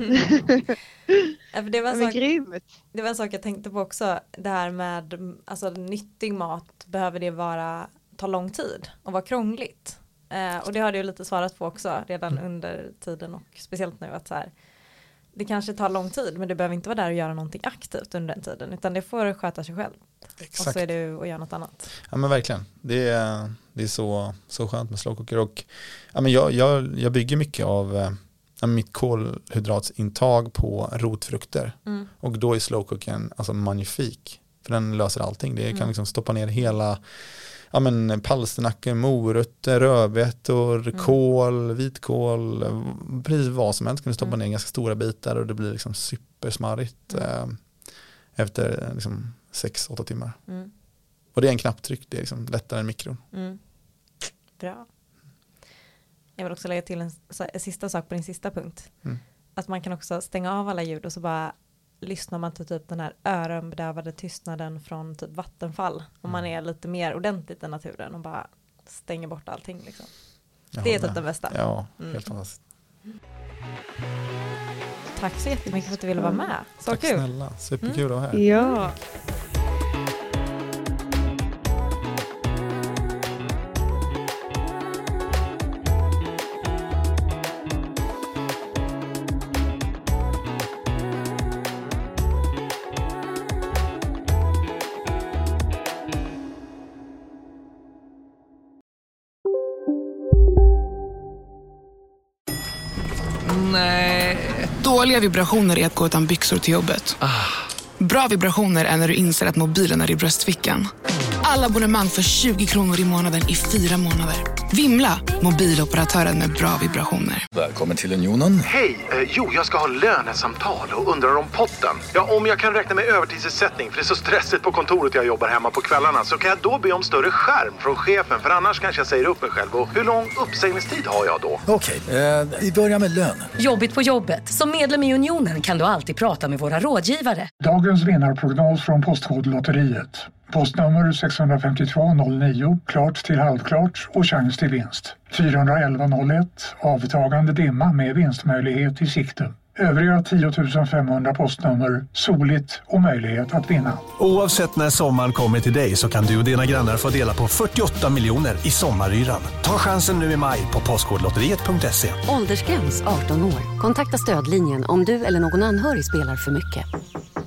Speaker 6: Det var en sak jag tänkte på också. Det här med nyttig mat, behöver det ta lång tid och vara krångligt? Och det har du ju lite svarat på också redan under tiden, och speciellt nu att så här, det kanske tar lång tid, men du behöver inte vara där och göra någonting aktivt under den tiden, utan det får sköta sig själv. Exakt. Och så är det att göra något annat. Ja, men verkligen. Det är så skönt med slowcooker, och jag bygger mycket av mitt kolhydratsintag på rotfrukter. Och då är slowcookern magnifik, för den löser allting. Det kan liksom stoppa ner hela palsternackor, morötter, rödbetor, kål, vitkål, precis vad som helst kan du stoppa ner ganska stora bitar, och det blir liksom supersmarrigt efter 6-8 timmar. Och det är en knapptryck, det är liksom lättare än mikron. Bra. Jag vill också lägga till en sista sak på din sista punkt. Att man kan också stänga av alla ljud, och så bara lyssnar man till typ den här öronbedövade tystnaden från typ vattenfall. Om man är lite mer ordentligt i naturen och bara stänger bort allting liksom. Det är typ det bästa.
Speaker 7: Ja, helt fantastiskt.
Speaker 6: Tack så jättemycket för att du ville vara med. Så
Speaker 7: tack
Speaker 6: kul.
Speaker 7: Snälla, superkul att vara här.
Speaker 8: Ja.
Speaker 14: Dåliga vibrationer är att gå utan byxor till jobbet. Bra vibrationer är när du inser att mobilen är i bröstfickan. Alla abonnemang för 20 kronor i månaden i 4 månader. Vimla, mobiloperatören med bra vibrationer.
Speaker 15: Välkommen till Unionen.
Speaker 16: Hej, jag ska ha lönesamtal och undrar om potten. Ja, om jag kan räkna med övertidsersättning, för det är så stressigt på kontoret, jag jobbar hemma på kvällarna, så kan jag då be om större skärm från chefen, för annars kanske jag säger upp mig själv. Och hur lång uppsägningstid har jag då?
Speaker 15: Okej, vi börjar med lön.
Speaker 17: Jobbigt på jobbet. Som medlem i Unionen kan du alltid prata med våra rådgivare.
Speaker 18: Dagens vinnarprognos från Postkodlotteriet. Postnummer 65209, klart till halvklart och chans till vinst. 41101, avtagande dimma med vinstmöjlighet i sikte. Övriga 10 500 postnummer, soligt och möjlighet att vinna.
Speaker 19: Oavsett när sommaren kommer till dig så kan du och dina grannar få dela på 48 miljoner i sommaryran. Ta chansen nu i maj på postkodlotteriet.se.
Speaker 20: Åldersgräns 18 år. Kontakta stödlinjen om du eller någon anhörig spelar för mycket.